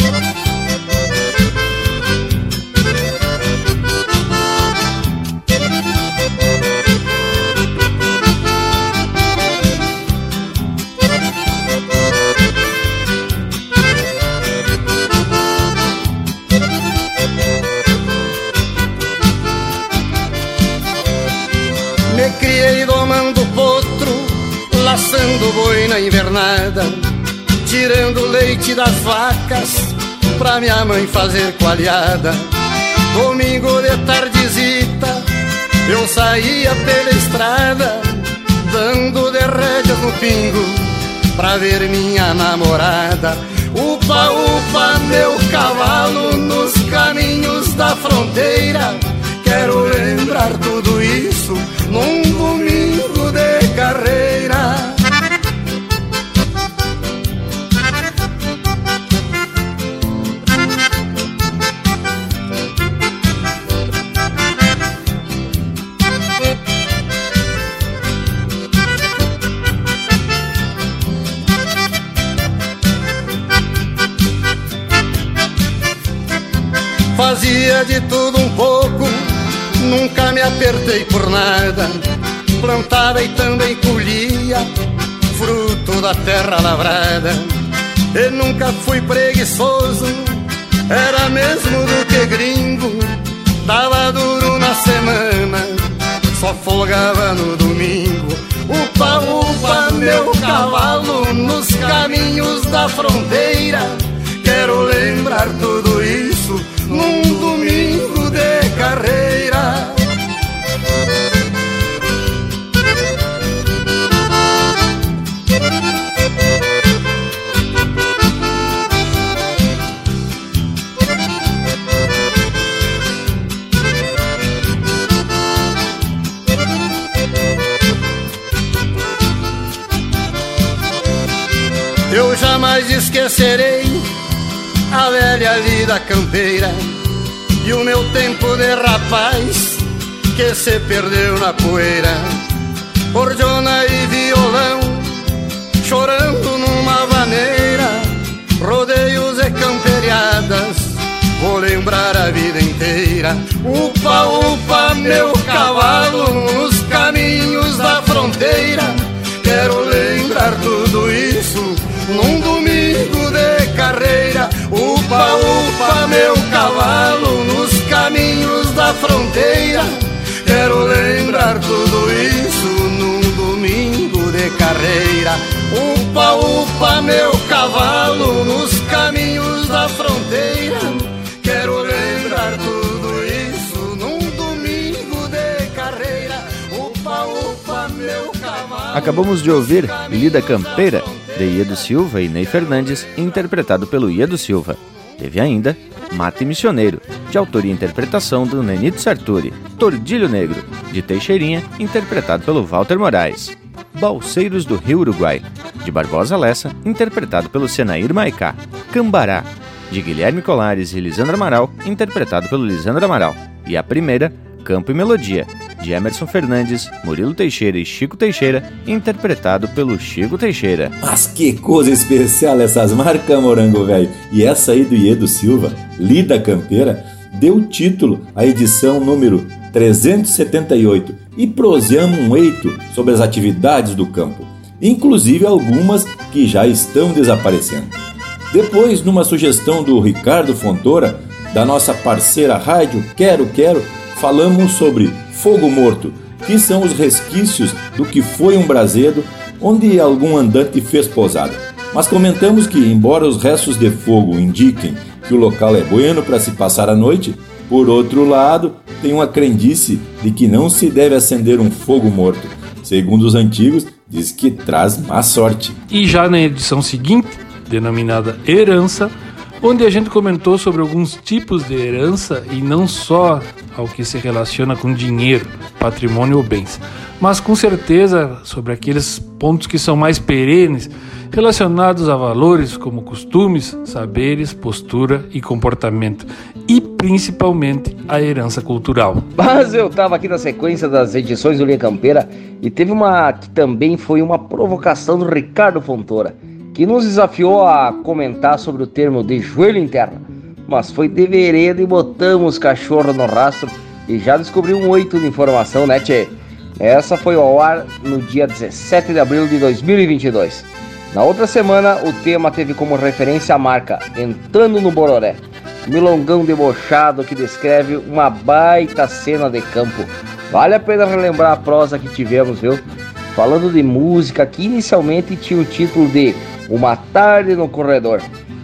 Me criei domando potro, laçando boi na invernada, tirando leite das vacas pra minha mãe fazer coalhada. Domingo de tardezita eu saía pela estrada, dando de rédeas no pingo pra ver minha namorada. Upa, upa, meu cavalo nos caminhos da fronteira, quero lembrar tudo isso num domingo de carreira. Fazia de tudo um pouco, nunca me apertei por nada, plantava e também colhia fruto da terra lavrada. E nunca fui preguiçoso, era mesmo do que gringo, dava duro na semana, só folgava no domingo. Upa, upa, meu cavalo nos caminhos da fronteira. Quero lembrar tudo isso num domingo de carreira. Eu jamais esquecerei a velha vida campeira e o meu tempo de rapaz que se perdeu na poeira. Cordiona e violão chorando numa vaneira, rodeios e camperiadas, vou lembrar a vida inteira. Upa, upa, meu cavalo nos caminhos da fronteira. Quero lembrar tudo isso num domingo de carreira. Upa, upa, meu cavalo nos caminhos da fronteira. Quero lembrar tudo isso num domingo de carreira. Upa, upa, meu cavalo nos caminhos da fronteira. Quero lembrar tudo isso num domingo de carreira. Upa, upa, meu cavalo. Acabamos de ouvir Lida Campeira, de Iedo Silva e Ney Fernandes, interpretado pelo Iedo Silva. Teve ainda Mate Missioneiro, de autoria e interpretação do Nenito Sarturi. Tordilho Negro, de Teixeirinha, interpretado pelo Walter Moraes. Balseiros do Rio Uruguai, de Barbosa Lessa, interpretado pelo Senair Maicá. Cambará, de Guilherme Colares e Lisandro Amaral, interpretado pelo Lisandro Amaral. E a primeira, Campo e Melodia, de Emerson Fernandes, Murilo Teixeira e Chico Teixeira, interpretado pelo Chico Teixeira. Mas que coisa especial essas marcas, Morango velho! E essa aí do Iedo Silva, Lida Campeira, deu título à edição número 378 e proseamos um eito sobre as atividades do campo, inclusive algumas que já estão desaparecendo. Depois, numa sugestão do Ricardo Fontoura, da nossa parceira rádio Quero Quero, falamos sobre fogo morto, que são os resquícios do que foi um brasedo onde algum andante fez posada. Mas comentamos que, embora os restos de fogo indiquem que o local é bueno para se passar a noite, por outro lado, tem uma crendice de que não se deve acender um fogo morto. Segundo os antigos, diz que traz má sorte. E já na edição seguinte, denominada Herança, onde a gente comentou sobre alguns tipos de herança e não só ao que se relaciona com dinheiro, patrimônio ou bens, mas com certeza sobre aqueles pontos que são mais perenes, relacionados a valores como costumes, saberes, postura e comportamento, e principalmente a herança cultural. Mas eu tava aqui na sequência das edições do Linha Campeira e teve uma que também foi uma provocação do Ricardo Fontoura, que nos desafiou a comentar sobre o termo de joelho em terra. Mas foi de vereda e botamos cachorro no rastro e já descobri um 8 de informação, né, tchê? Essa foi ao ar no dia 17 de abril de 2022. Na outra semana, o tema teve como referência a marca Entrando no Bororé, milongão debochado que descreve uma baita cena de campo. Vale a pena relembrar a prosa que tivemos, viu? Falando de música que inicialmente tinha o título de Uma Tarde no Corredor,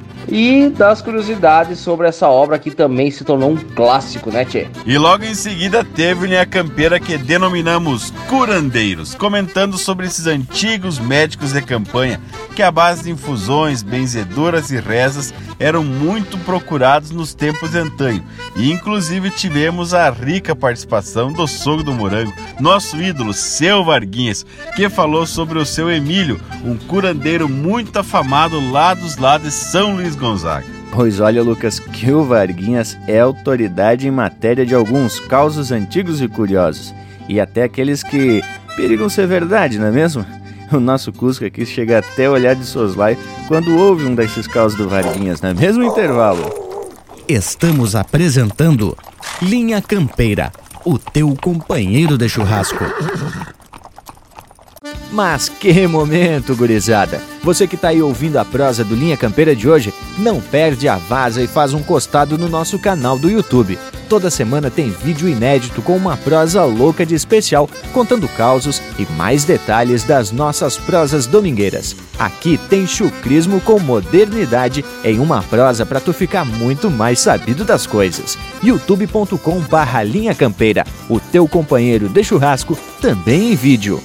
e das curiosidades sobre essa obra que também se tornou um clássico, né, tchê? E logo em seguida teve Linha Campeira que denominamos Curandeiros, comentando sobre esses antigos médicos de campanha que à base de infusões, benzedoras e rezas eram muito procurados nos tempos de antanho. E inclusive tivemos a rica participação do sogro do Morango, nosso ídolo, seu Varguinhas, que falou sobre o seu Emílio, um curandeiro muito afamado lá dos lados de São Luís Gonzaga. Pois olha, Lucas, que o Varguinhas é autoridade em matéria de alguns causos antigos e curiosos, e até aqueles que perigam ser verdade, não é mesmo? O nosso Cusco aqui chega até a olhar de soslaio quando ouve um desses causos do Varguinhas, no mesmo intervalo. Estamos apresentando Linha Campeira, o teu companheiro de churrasco. Mas que momento, gurizada! Você que tá aí ouvindo a prosa do Linha Campeira de hoje, não perde a vaza e faz um costado no nosso canal do YouTube. Toda semana tem vídeo inédito com uma prosa louca de especial, contando causos e mais detalhes das nossas prosas domingueiras. Aqui tem chucrismo com modernidade em uma prosa para tu ficar muito mais sabido das coisas. youtube.com/Linha Campeira, o teu companheiro de churrasco também em vídeo.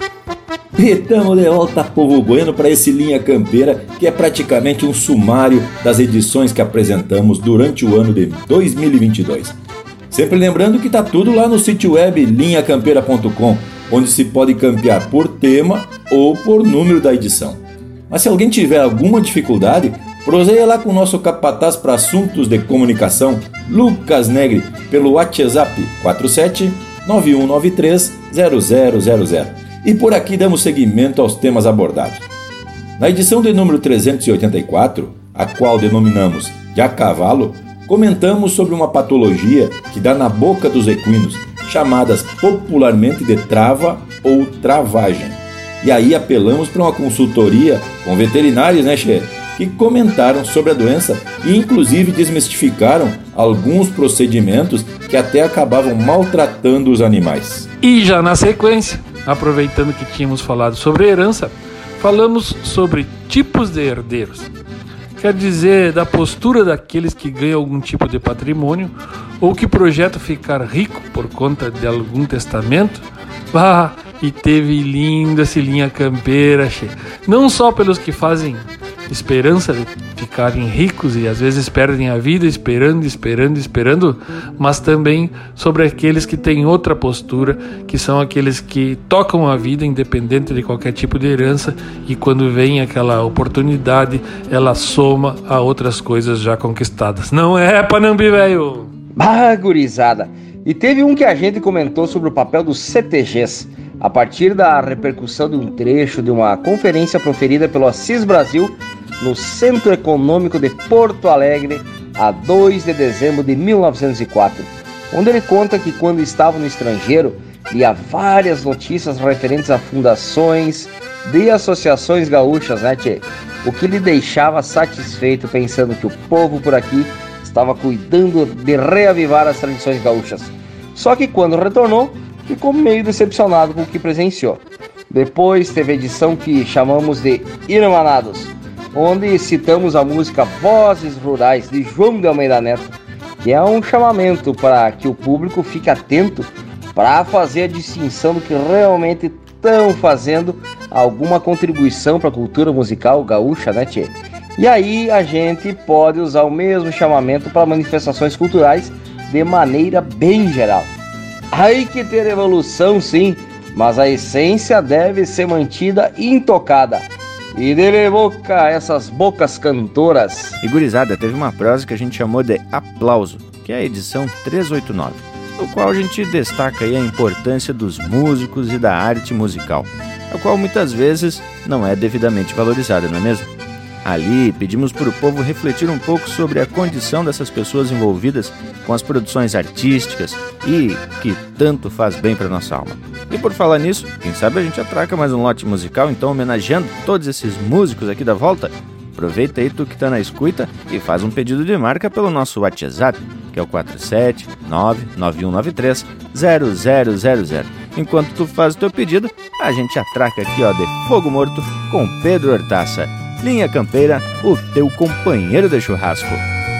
E tamo de volta, povo bueno, para esse Linha Campeira, que é praticamente um sumário das edições que apresentamos durante o ano de 2022. Sempre lembrando que tá tudo lá no sítio web linhacampeira.com, onde se pode campear por tema ou por número da edição. Mas se alguém tiver alguma dificuldade, proseia lá com o nosso capataz para assuntos de comunicação, Lucas Negri, pelo WhatsApp 47 9193 0000. E por aqui damos seguimento aos temas abordados. Na edição de número 384, a qual denominamos de a cavalo, comentamos sobre uma patologia que dá na boca dos equinos, chamadas popularmente de trava ou travagem. E aí apelamos para uma consultoria com veterinários, né, Che? Que comentaram sobre a doença e inclusive desmistificaram alguns procedimentos que até acabavam maltratando os animais. E já na sequência, aproveitando que tínhamos falado sobre herança, falamos sobre tipos de herdeiros. Quer dizer, da postura daqueles que ganham algum tipo de patrimônio ou que projetam ficar rico por conta de algum testamento. E teve linda esse Linha Campeira, che. Não só pelos que fazem esperança de ficarem ricos e às vezes perdem a vida esperando, mas também sobre aqueles que têm outra postura, que são aqueles que tocam a vida independente de qualquer tipo de herança, e quando vem aquela oportunidade, ela soma a outras coisas já conquistadas. Não é, Panambi, velho? Gurizada! E teve um que a gente comentou sobre o papel dos CTGs, a partir da repercussão de um trecho de uma conferência proferida pelo Assis Brasil no Centro Econômico de Porto Alegre, a 2 de dezembro de 1904, onde ele conta que quando estava no estrangeiro, lia várias notícias referentes a fundações de associações gaúchas, né, tchê? O que lhe deixava satisfeito pensando que o povo por aqui estava cuidando de reavivar as tradições gaúchas. Só que quando retornou, ficou meio decepcionado com o que presenciou. Depois teve a edição que chamamos de Irmanados, onde citamos a música Vozes Rurais, de João de Almeida Neto, que é um chamamento para que o público fique atento para fazer a distinção do que realmente estão fazendo alguma contribuição para a cultura musical gaúcha, né, tchê? E aí a gente pode usar o mesmo chamamento para manifestações culturais de maneira bem geral. Aí que ter evolução, sim, mas a essência deve ser mantida intocada. E dele boca essas bocas cantoras. E gurizada, teve uma prosa que a gente chamou de Aplauso, que é a edição 389, no qual a gente destaca aí a importância dos músicos e da arte musical, a qual muitas vezes não é devidamente valorizada, não é mesmo? Ali pedimos para o povo refletir um pouco sobre a condição dessas pessoas envolvidas com as produções artísticas e que tanto faz bem para nossa alma. E por falar nisso, quem sabe a gente atraca mais um lote musical, então homenageando todos esses músicos aqui da volta. Aproveita aí tu que tá na escuta e faz um pedido de marca pelo nosso WhatsApp, que é o 47991930000. Enquanto tu faz o teu pedido, a gente atraca aqui ó de Fogo Morto com Pedro Hortaça. Linha Campeira, o teu companheiro de churrasco.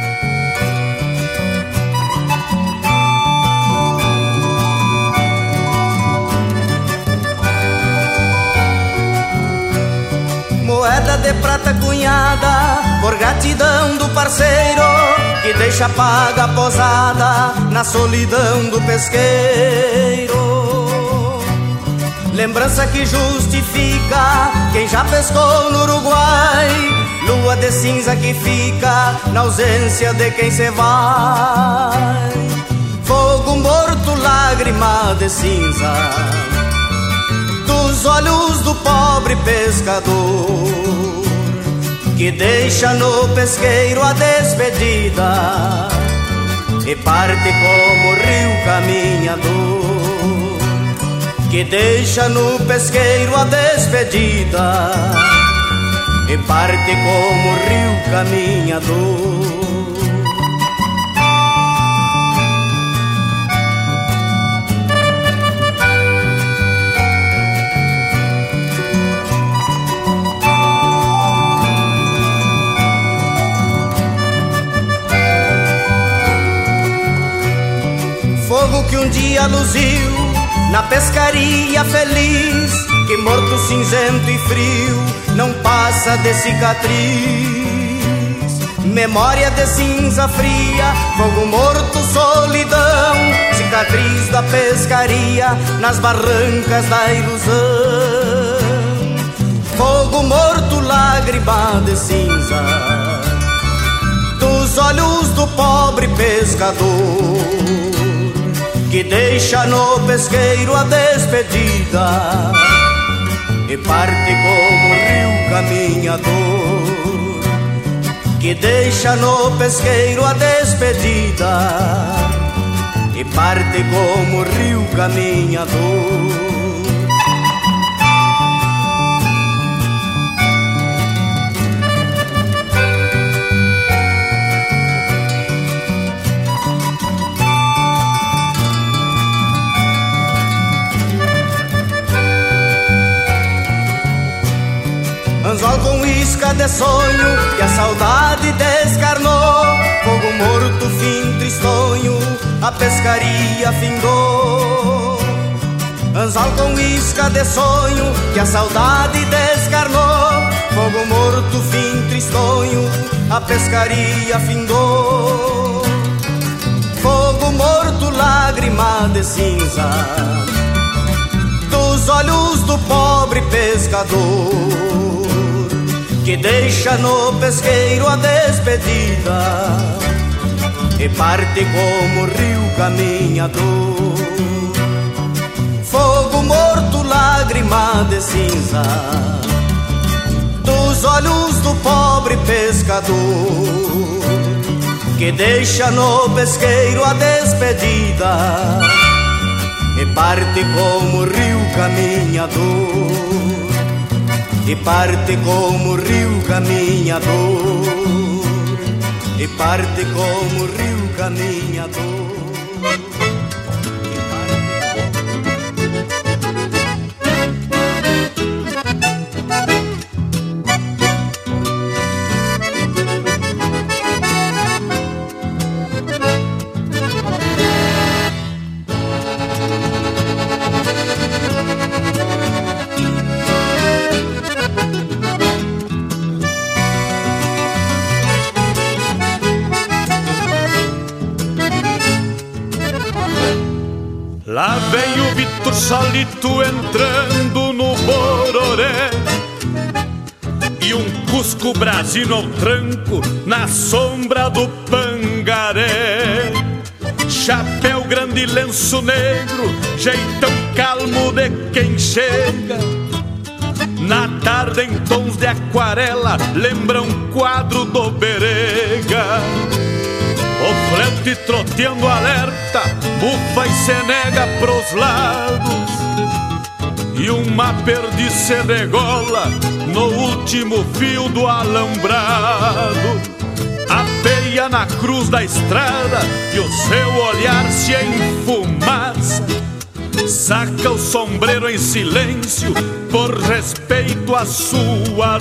Moeda de prata cunhada, por gratidão do parceiro, que deixa paga a posada na solidão do pesqueiro. Lembrança que justifica quem já pescou no Uruguai, lua de cinza que fica na ausência de quem se vai. Fogo morto, lágrima de cinza dos olhos do pobre pescador, que deixa no pesqueiro a despedida e parte como rio caminhador. que deixa no pesqueiro a despedida e parte como o rio caminhador. Fogo que um dia luziu na pescaria feliz, que morto cinzento e frio não passa de cicatriz. Memória de cinza fria, fogo morto, solidão, cicatriz da pescaria nas barrancas da ilusão. Fogo morto, lágrima de cinza dos olhos do pobre pescador, que deixa no pesqueiro a despedida e parte como o rio caminhador, que deixa no pesqueiro a despedida e parte como o rio caminhador. Anzol com isca de sonho e a saudade descarnou, fogo morto, fim tristonho, a pescaria findou. Anzol com isca de sonho e a saudade descarnou, fogo morto, fim tristonho, a pescaria findou. Fogo morto, lágrima de cinza dos olhos do pobre pescador, que deixa no pesqueiro a despedida e parte como o rio caminhador. Fogo morto, lágrima de cinza dos olhos do pobre pescador, que deixa no pesqueiro a despedida e parte como o rio caminhador, e parte como o rio caminhador, e parte como o rio caminhador. Lá vem o Vitor solito entrando no Bororé, e um Cusco Brasino ao tranco na sombra do Pangaré. Chapéu grande e lenço negro, jeitão calmo de quem chega. Na tarde em tons de aquarela, lembra um quadro do Berega. O frente troteando alerta, bufa e se nega pros lados, e uma perdiz se regola no último fio do alambrado. Apeia na cruz da estrada e o seu olhar se enfumaça. Saca o sombreiro em silêncio por respeito à sua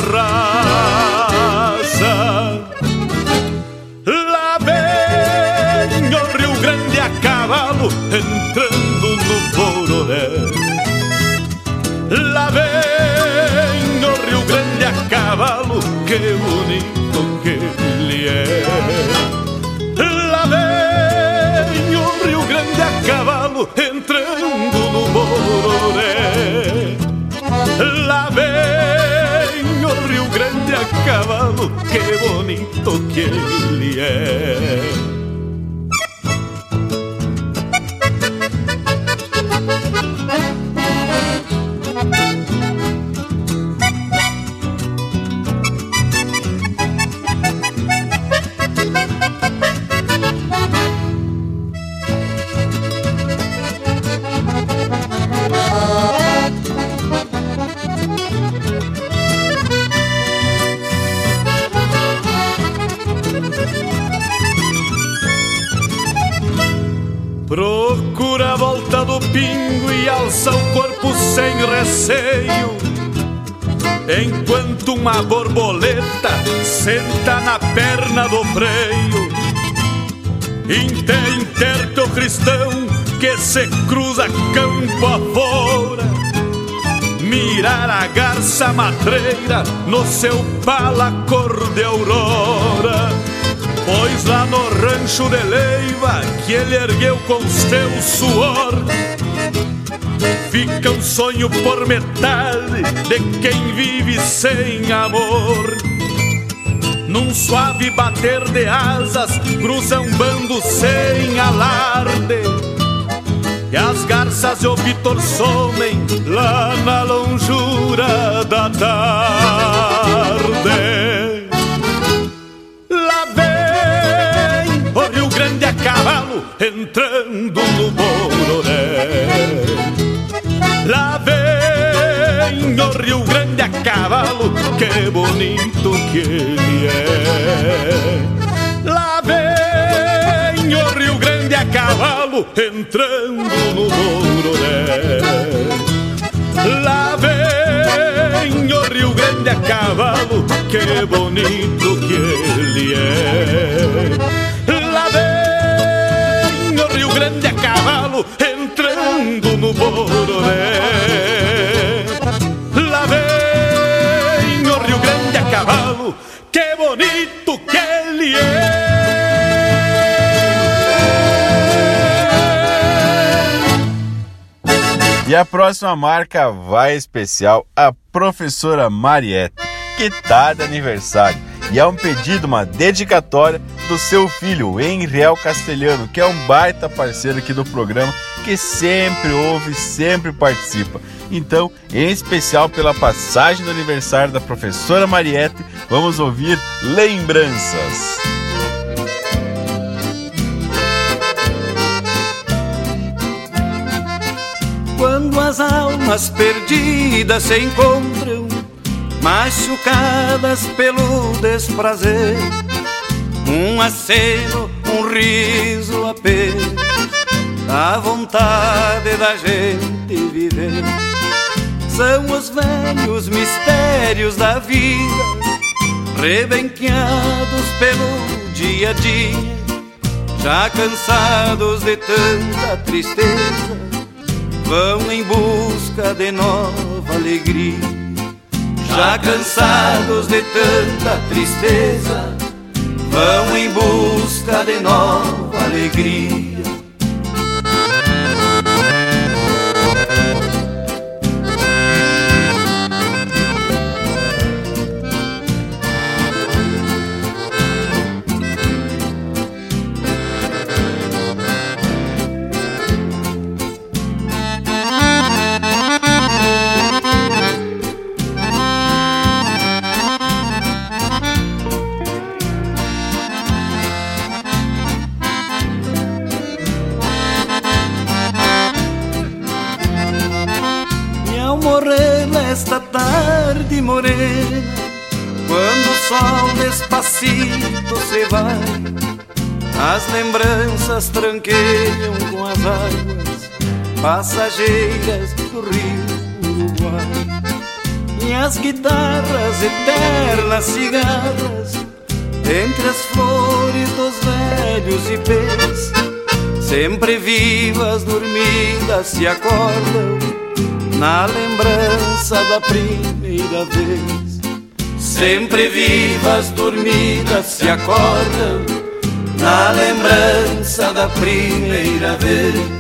raça. Lá vem o Rio Grande a cavalo entrando no Bororé. Lá vem o Rio Grande a cavalo, que bonito que ele é. Lá vem o Rio Grande a cavalo entrando no Bororé. Lá vem o Rio Grande a cavalo, que bonito que ele é. Procura a volta do pingo e alça o corpo sem receio, enquanto uma borboleta senta na perna do freio. Intérprete cristão que se cruza campo afora, mirar a garça matreira no seu pala cor de aurora. Pois lá no rancho de Leiva que ele ergueu com seu suor, fica um sonho por metade de quem vive sem amor. Num suave bater de asas cruza um bando sem alarde, e as garças e o Vitor somem lá na longura da tarde. Lá vem o Rio Grande a cavalo entrando no Bororé. Lá vem o Rio Grande a cavalo, que bonito que ele é. Lá vem o Rio Grande a cavalo entrando no Bororé. Lá vem o Rio Grande a cavalo, que bonito que ele é. Lá vem o Rio Grande a cavalo entrando no Bororé. Lá vem o Rio Grande a cavalo, que bonito que ele é. E a próxima marca vai especial à professora Mariette, que tá de aniversário. E é um pedido, uma dedicatória do seu filho, Henriel Castelhano, que é um baita parceiro aqui do programa, que sempre ouve, sempre participa. Então, em especial pela passagem do aniversário da professora Mariette, vamos ouvir Lembranças. Quando as almas perdidas se encontram, machucadas pelo desprazer, um aceno, um riso apenas, a vontade da gente viver. São os velhos mistérios da vida, rebenqueados pelo dia a dia, já cansados de tanta tristeza, vão em busca de nova alegria. Já cansados de tanta tristeza, vão em busca de nova alegria. Esta tarde morena, quando o sol despacito se vai, as lembranças tranqueiam com as águas passageiras do rio Uruguai. E as guitarras eternas cigarras, entre as flores dos velhos ipês, sempre vivas, dormidas, se acordam na lembrança da primeira vez. Sempre vivas, dormidas, se acordam na lembrança da primeira vez.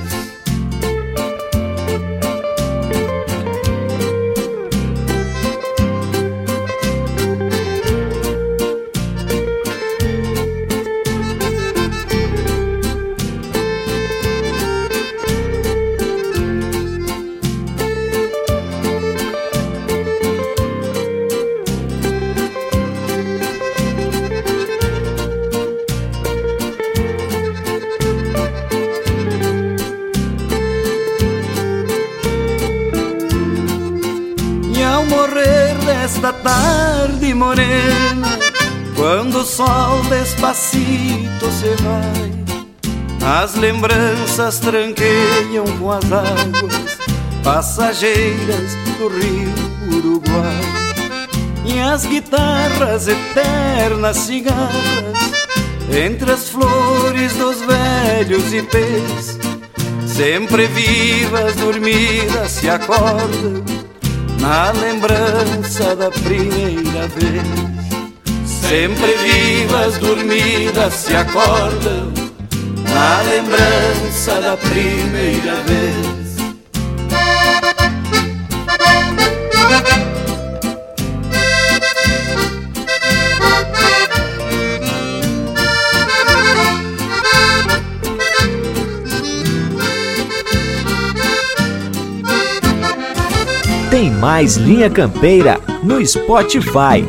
Esta tarde morena, quando o sol despacito se vai, as lembranças tranqueiam com as águas passageiras do rio Uruguai. E as guitarras eternas cigarras entre as flores dos velhos ipês, sempre vivas, dormidas, se acordam na lembrança da primeira vez. Sempre vivas, dormidas, se acordam na lembrança da primeira vez. Tem mais Linha Campeira no Spotify.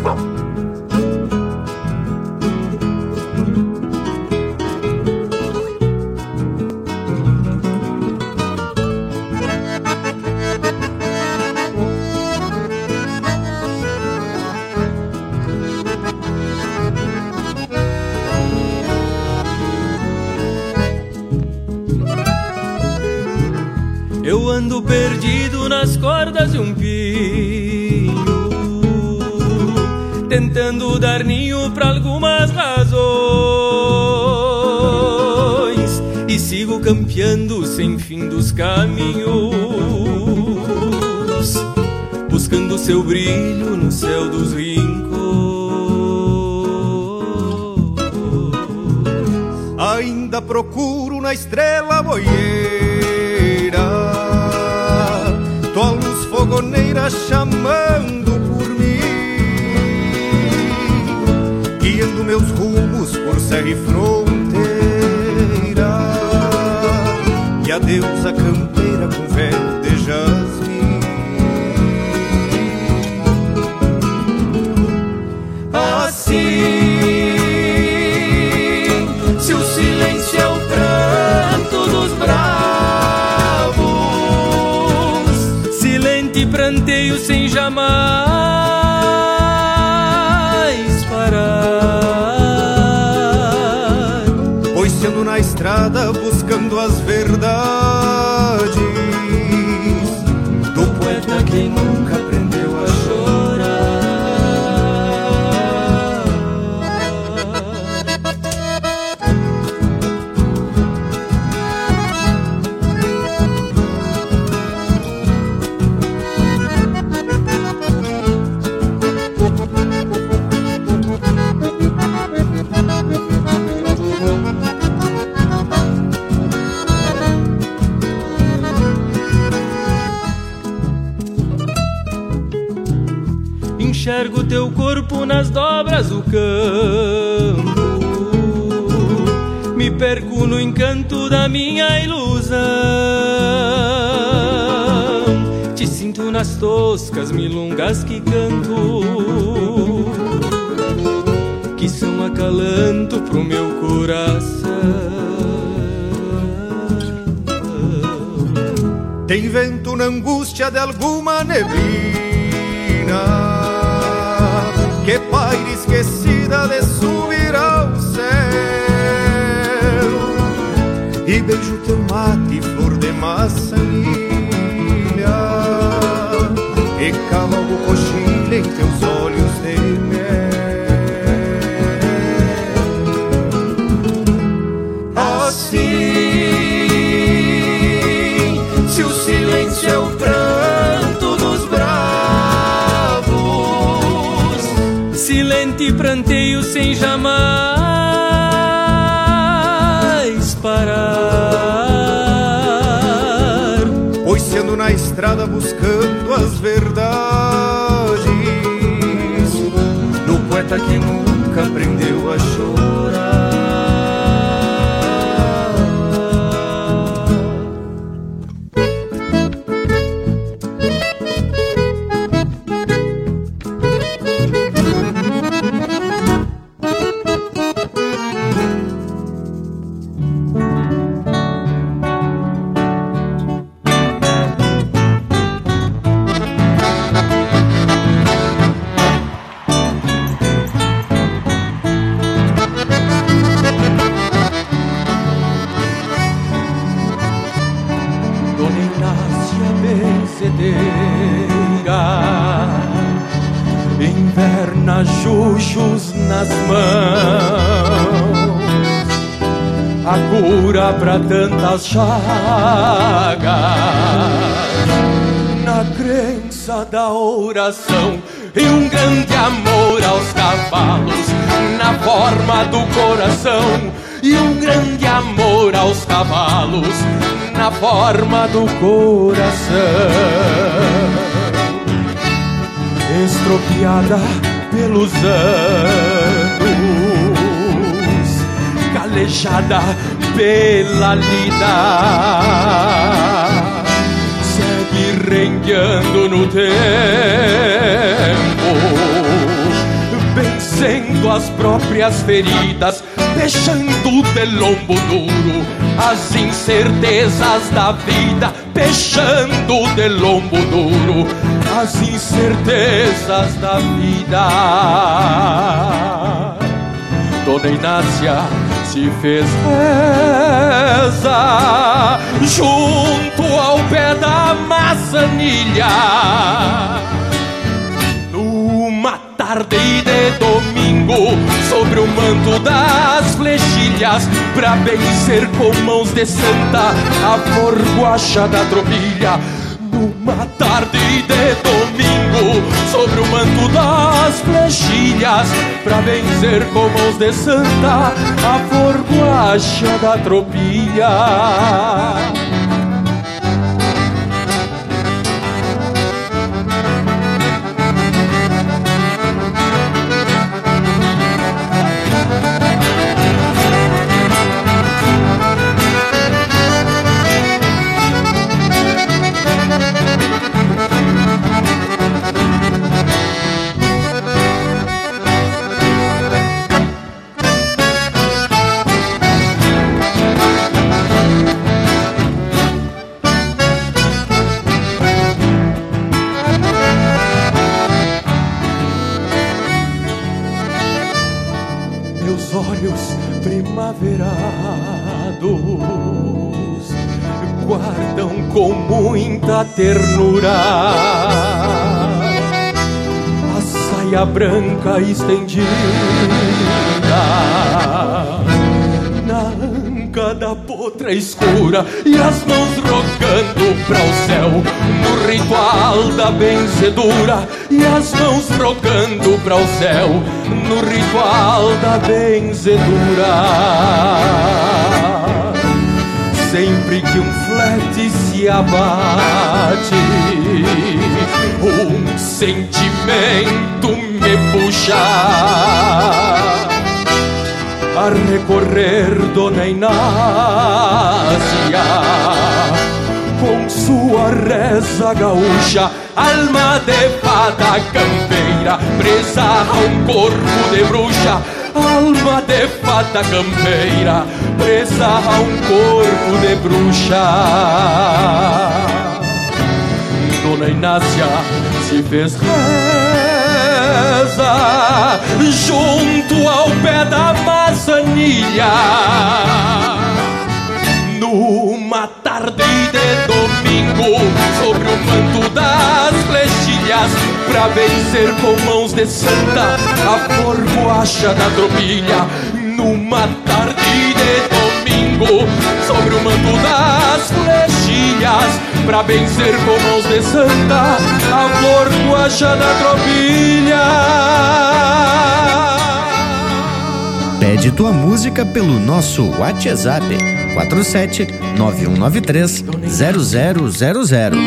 Eu ando perdido nas cordas de um pinho, tentando dar ninho pra algumas razões, e sigo campeando sem fim dos caminhos, buscando seu brilho no céu dos rincões. Ainda procuro na estrela boieira tua luz fogoneira chamando por mim, guiando meus rumos por serra e fronteira, e a deusa campeira com véu de jasmim. Assim, se o silêncio é o pranto dos bravos, pranteio sem jamais parar, pois sendo na estrada buscando as verdades do poeta que nunca aprendeu a chorar. Enxergo teu corpo nas dobras do campo, me perco no encanto da minha ilusão, te sinto nas toscas milongas que canto, que são acalanto pro meu coração. Tem vento na angústia de alguma neblina que paira esquecida de subir ao céu, e beijo teu mate, flor de maçanilha, e cavalgo cochilha em teus olhos de mel. Assim, se o silêncio é o pranto dos bravos, silente pranteio sem jamais parar, pois sendo na estrada buscando as verdades do poeta que nunca aprendeu a chorar. temos nas mãos a cura pra tantas chagas, na crença da oração e um grande amor aos cavalos, na forma do coração e um grande amor aos cavalos, na forma do coração. Estropiada pelos anos, calejada pela lida, segue rengueando no tempo, vencendo as próprias feridas, deixando de lombo duro as incertezas da vida, fechando de lombo duro as incertezas da vida. Dona Inácia se fez reza junto ao pé da maçanilha, numa tarde de domingo, sobre o manto das flechilhas, pra vencer com mãos de santa a forguacha da tropilha. Numa tarde de domingo, sobre o manto das flechilhas, pra vencer com mãos de santa a forguacha da tropilha. Guardam com muita ternura a saia branca estendida na anca da potra escura e as mãos rogando para o céu no ritual da benzedura, e as mãos rogando para o céu no ritual da benzedura. Sempre que um flete se abate, um sentimento me puxa a recorrer Dona Inácia com sua reza gaúcha, alma de fada campeira presa a um corpo de bruxa, alma de fada campeira presa a um corpo de bruxa. Dona Inácia se fez reza junto ao pé da maçanilha, numa tarde de domingo, sobre o manto das flechilhas, pra vencer com mãos de santa a forguacha da tropilha. Numa tarde de domingo, sobre o manto das flechilhas, pra vencer com mãos de santa a forguacha da tropilha. Pede tua música pelo nosso WhatsApp 47 9193 0000.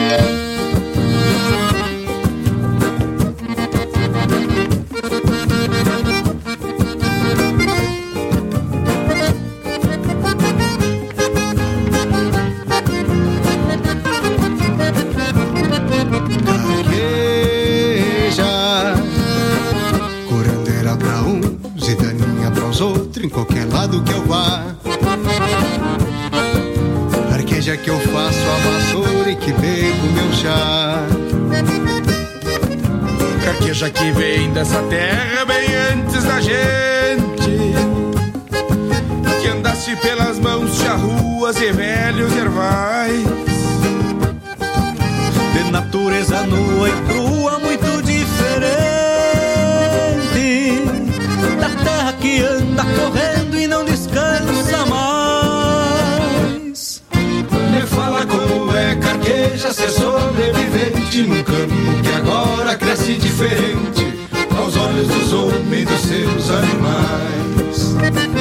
Em qualquer lado que eu vá, arqueja que eu faço a vassoura e que bebo meu chá. Carqueja que vem dessa terra bem antes da gente, que andaste pelas mãos de ruas e velhos ervais, de natureza nua e crua muito diferente, da terra que anda correndo e não descansa mais. Me fala como é carqueja ser sobrevivente num campo que agora cresce diferente aos olhos dos homens e dos seus animais.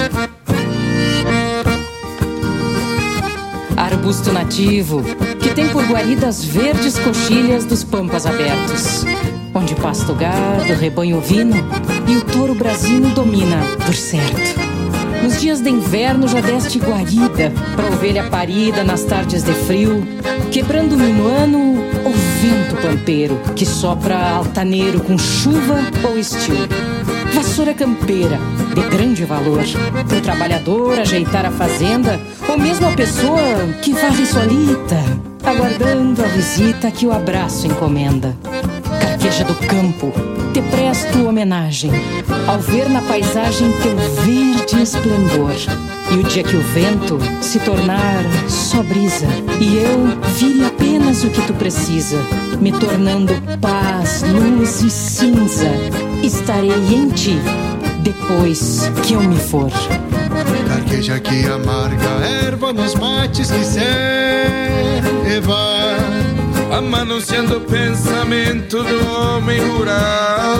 Arbusto nativo, que tem por guaridas verdes coxilhas dos pampas abertos, onde pasto gado, rebanho ovino e o touro brasino domina, por certo. Nos dias de inverno já deste guarida pra ovelha parida nas tardes de frio, quebrando minuano o vento pampeiro que sopra altaneiro com chuva ou estio. Vassoura campeira, de grande valor, pro trabalhador ajeitar a fazenda, ou mesmo a pessoa que varre solita, aguardando a visita que o abraço encomenda. Carqueja do campo, te presto homenagem, ao ver na paisagem teu verde esplendor. E o dia que o vento se tornar só brisa, e eu vire apenas o que tu precisa, me tornando paz, luz e cinza, estarei em ti depois que eu me for. Carqueja que amarga erva nos mates que ceva, amanunciando o pensamento do homem rural.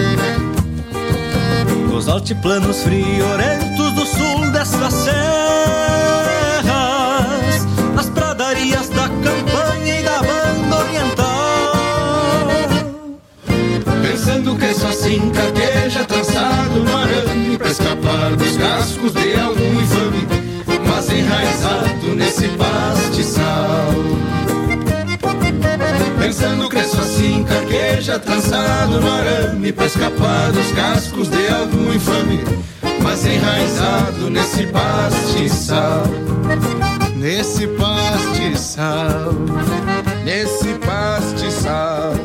Os altiplanos friorentos do sul destas serras, as pradarias da campanha e da banda oriental. Pensando que só assim carqueja trançado no arame pra escapar dos cascos de algum infame, mas enraizado nesse pastiçal. Pensando que só assim carqueja trançado no arame pra escapar dos cascos de algum infame, mas enraizado nesse pastiçal. Nesse pastiçal, nesse pastiçal.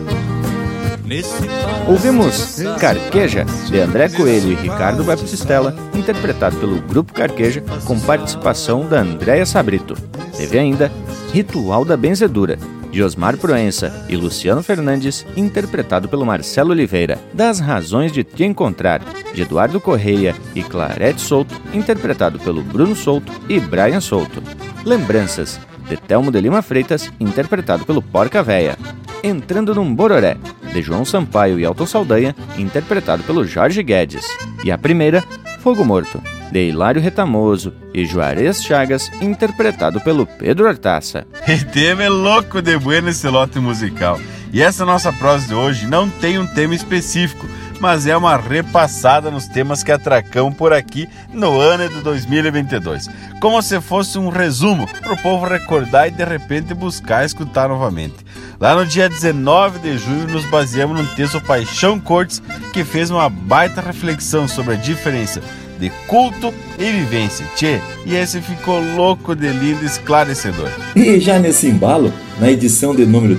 Ouvimos Carqueja, de André Coelho e Ricardo Baptistella, interpretado pelo Grupo Carqueja, com participação da Andréia Sabrito. Teve ainda Ritual da Benzedura, de Osmar Proença e Luciano Fernandes, interpretado pelo Marcelo Oliveira. Das Razões de Te Encontrar, de Eduardo Correia e Clarete Souto, interpretado pelo Bruno Souto e Brian Souto. Lembranças, de Telmo de Lima Freitas, interpretado pelo Porca Véia. Entrando num Bororé, de João Sampaio e Elton Saldanha, interpretado pelo Jorge Guedes. E a primeira, Fogo Morto, de Hilário Retamoso e Juarez Chagas, interpretado pelo Pedro Hortaça. Tema é louco de bueno esse lote musical. E essa nossa prosa de hoje não tem um tema específico, mas é uma repassada nos temas que atracamos por aqui no ano de 2022. Como se fosse um resumo para o povo recordar e de repente buscar escutar novamente. Lá no dia 19 de junho nos baseamos num texto Paixão Cortes, que fez uma baita reflexão sobre a diferença de culto e vivência. Tchê, e esse ficou louco de lindo e esclarecedor. E já nesse embalo, na edição de número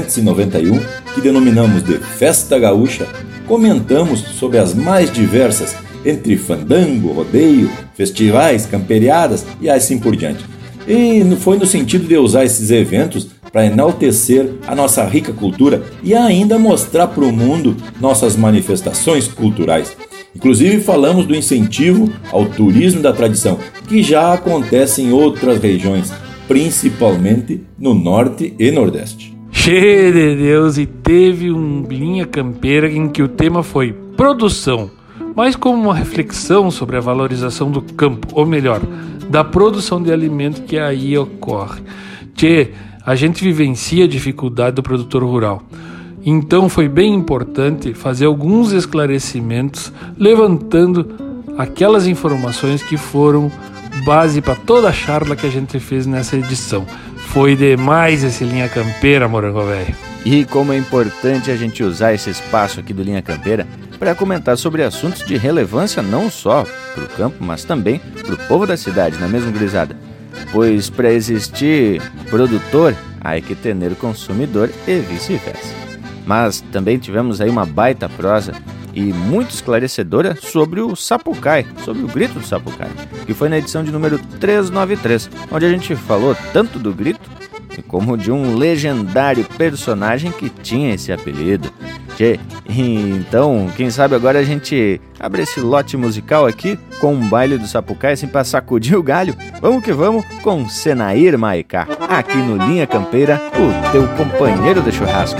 391, que denominamos de Festa Gaúcha, comentamos sobre as mais diversas, entre fandango, rodeio, festivais, camperiadas e assim por diante. E foi no sentido de usar esses eventos para enaltecer a nossa rica cultura e ainda mostrar para o mundo nossas manifestações culturais. Inclusive falamos do incentivo ao turismo da tradição, que já acontece em outras regiões, principalmente no Norte e Nordeste. Cheio de Deus, e teve um Linha Campeira em que o tema foi produção, mas como uma reflexão sobre a valorização do campo, ou melhor, da produção de alimento que aí ocorre. Tchê, a gente vivencia a dificuldade do produtor rural. Então foi bem importante fazer alguns esclarecimentos, levantando aquelas informações que foram base para toda a charla que a gente fez nessa edição. Foi demais esse Linha Campeira, Morango Velho. E como é importante a gente usar esse espaço aqui do Linha Campeira para comentar sobre assuntos de relevância não só para o campo, mas também para o povo da cidade, não é mesmo, gurizada? Pois para existir produtor, há que ter consumidor e vice-versa. Mas também tivemos aí uma baita prosa e muito esclarecedora sobre o Sapucai, sobre o grito do Sapucai, que foi na edição de número 393, onde a gente falou tanto do grito como de um legendário personagem que tinha esse apelido. Tchê, então, quem sabe agora a gente abre esse lote musical aqui com um baile do Sapucaí, assim pra sacudir o galho. Vamos que vamos com Senair Maicá, aqui no Linha Campeira, o teu companheiro de churrasco.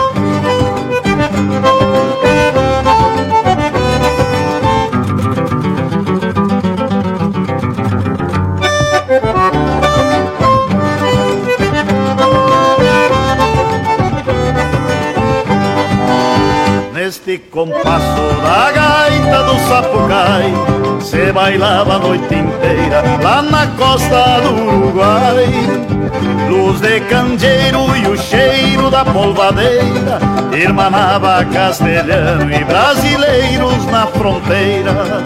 Neste compasso da gaita do Sapucaí se bailava a noite inteira lá na costa do Uruguai. Luz de candeeiro e o cheiro da polvadeira irmanava castelhano e brasileiros na fronteira.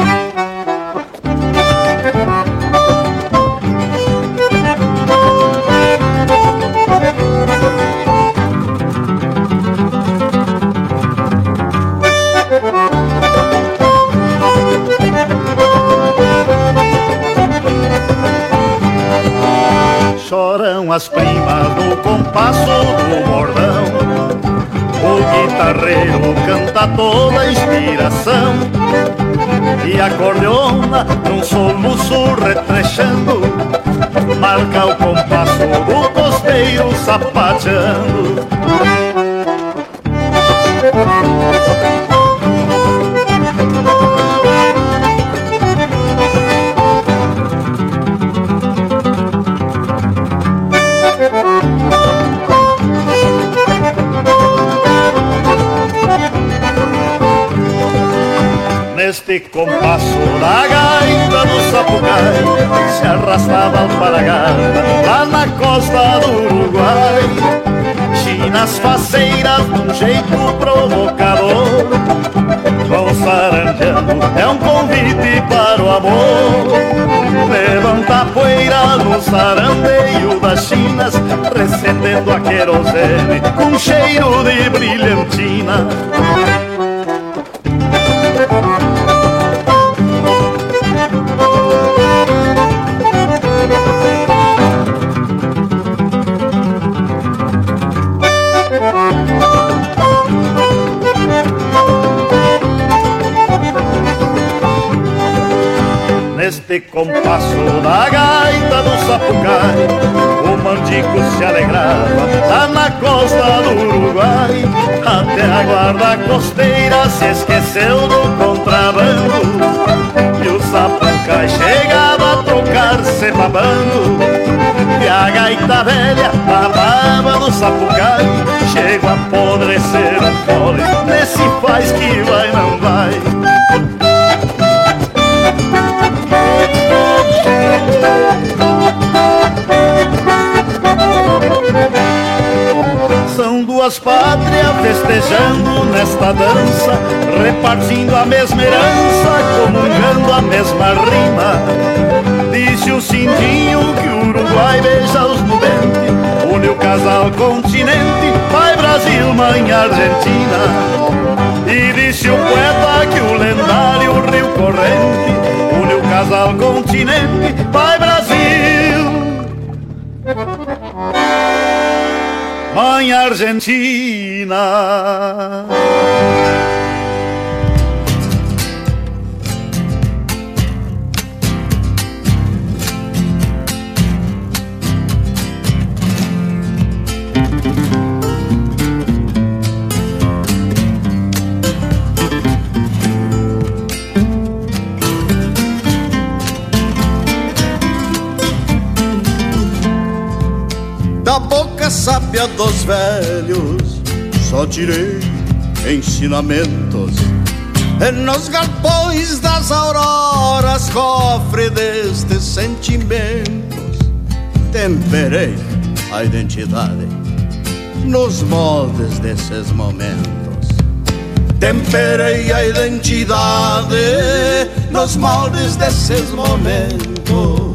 Choram as primas no compasso do bordão, o guitarreiro canta toda a inspiração e a acordeona num soluço retrechando marca o compasso do costeiro sapateando. Neste compasso da gaita do Sapucaí se arrastava alpargata lá na costa do Uruguai. Chinas faceiras de um jeito provocador vão saranjando, é um convite para o amor. Levanta a poeira no sarandeio das chinas, recendendo a querosene com cheiro de brilhantina. Neste compasso da gaita do Sapucaí o mandico se alegrava lá na costa do Uruguai. Até a guarda costeira se esqueceu do contrabando e o Sapucaí chegava a trocar-se babando. E a gaita velha babava no Sapucaí, chega a apodrecer o fole nesse faz que vai não vai. São duas pátrias festejando nesta dança, repartindo a mesma herança, comungando a mesma rima. Disse o Cindinho que o Uruguai beija os no dente, une o casal continente, pai Brasil, mãe Argentina. E disse o poeta que o lendário Rio Corrente une o casal continente, pai Brasil, mãe Argentina. Da boca sábia dos velhos só tirei ensinamentos, e nos galpões das auroras, cofre destes sentimentos, temperei a identidade nos moldes desses momentos. Temperei a identidade nos moldes desses momentos.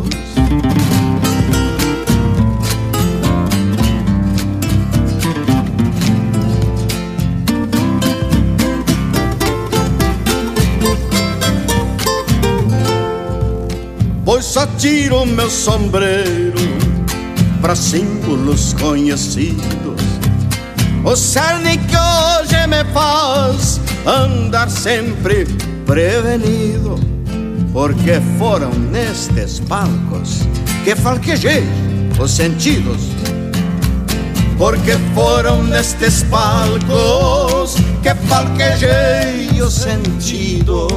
Pois só tiro meu sombreiro para símbolos conhecidos, o cerne que hoje me faz andar sempre prevenido, porque foram nestes palcos que falquejei os sentidos, porque foram nestes palcos que falquejei os sentidos.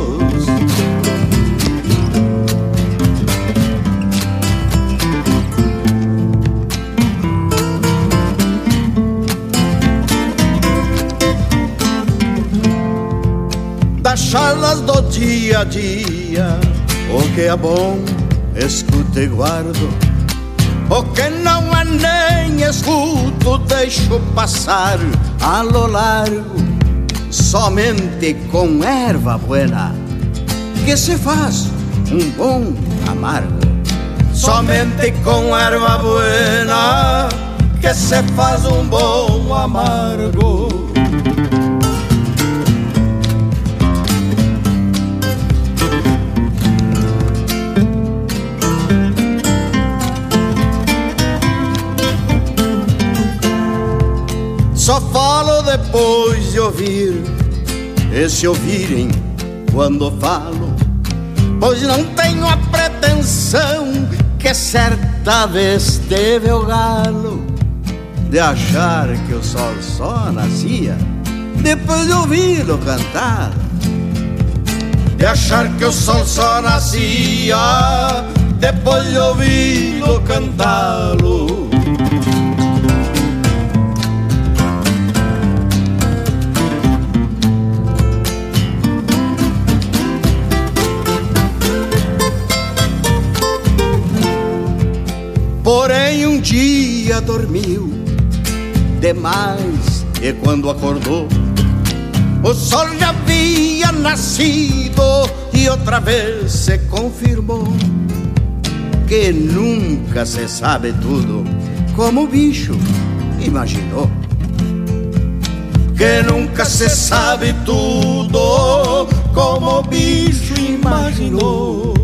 Das charlas do dia a dia, o que é bom escuto e guardo, o que não é nem escuto deixo passar a lo largo. Somente com erva buena que se faz um bom amargo. Somente com erva buena que se faz um bom amargo. Só falo depois de ouvir, e se ouvirem quando falo, pois não tenho a pretensão que certa vez teve o galo de achar que o sol só nascia depois de ouvi-lo cantar, de achar que o sol só nascia depois de ouvi-lo cantá-lo. Porém um dia dormiu demais e quando acordou o sol já havia nascido e outra vez se confirmou que nunca se sabe tudo como o bicho imaginou. Que nunca se sabe tudo como o bicho imaginou.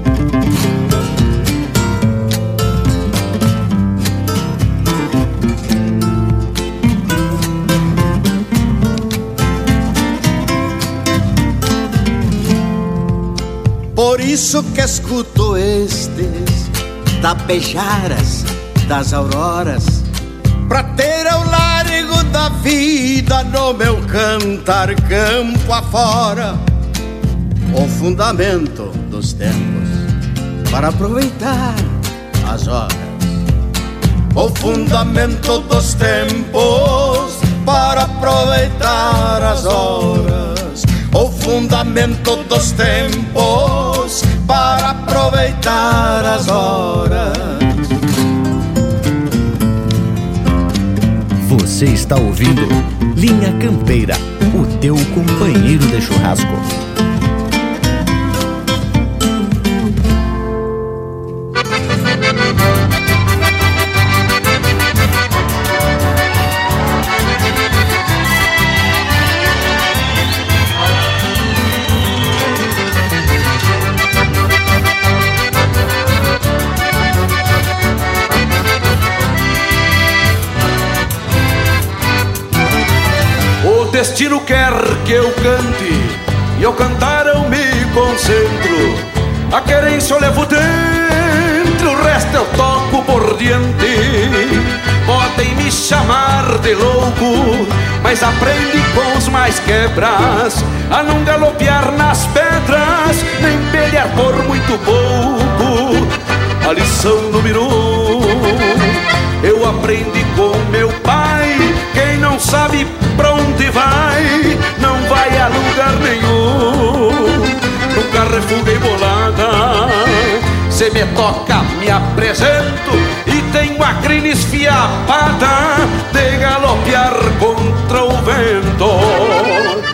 Por isso que escuto estes tapejaras das auroras, pra ter ao largo da vida no meu cantar campo afora o fundamento dos tempos para aproveitar as horas. O fundamento dos tempos para aproveitar as horas. O fundamento dos tempos para aproveitar as horas. Você está ouvindo Linha Campeira, o teu companheiro de churrasco. O destino quer que eu cante e ao cantar eu me concentro. A querência eu levo dentro, o resto eu toco por diante. Podem me chamar de louco, mas aprendi com os mais quebras a não galopear nas pedras, nem pelear por muito pouco. A lição número 1 eu aprendi com meu pai: quem não sabe pra onde vai, não vai a lugar nenhum. Nunca refuguei bolada, se me toca me apresento e tenho a crina esfiapada de galopear contra o vento.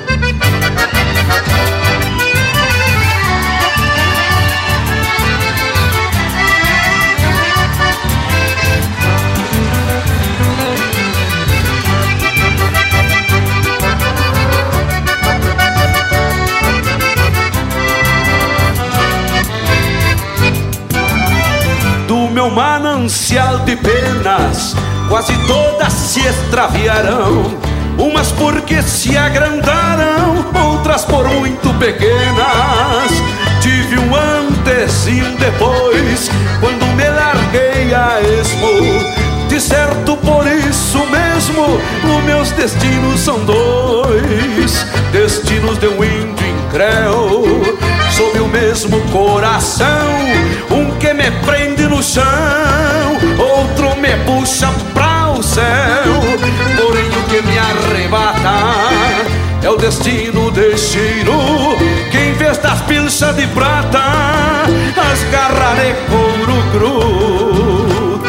Do meu manancial de penas quase todas se extraviaram, umas porque se agrandaram, outras por muito pequenas. Tive um antes e um depois, quando me larguei a esmo. De certo por isso mesmo, os meus destinos são dois, destinos de um índio incréu, sob o mesmo coração, um que me prende no chão, outro me puxa pra o céu. Porém o que me arrebata é o destino destino, que em vez das pilchas de prata, as garras de couro cru.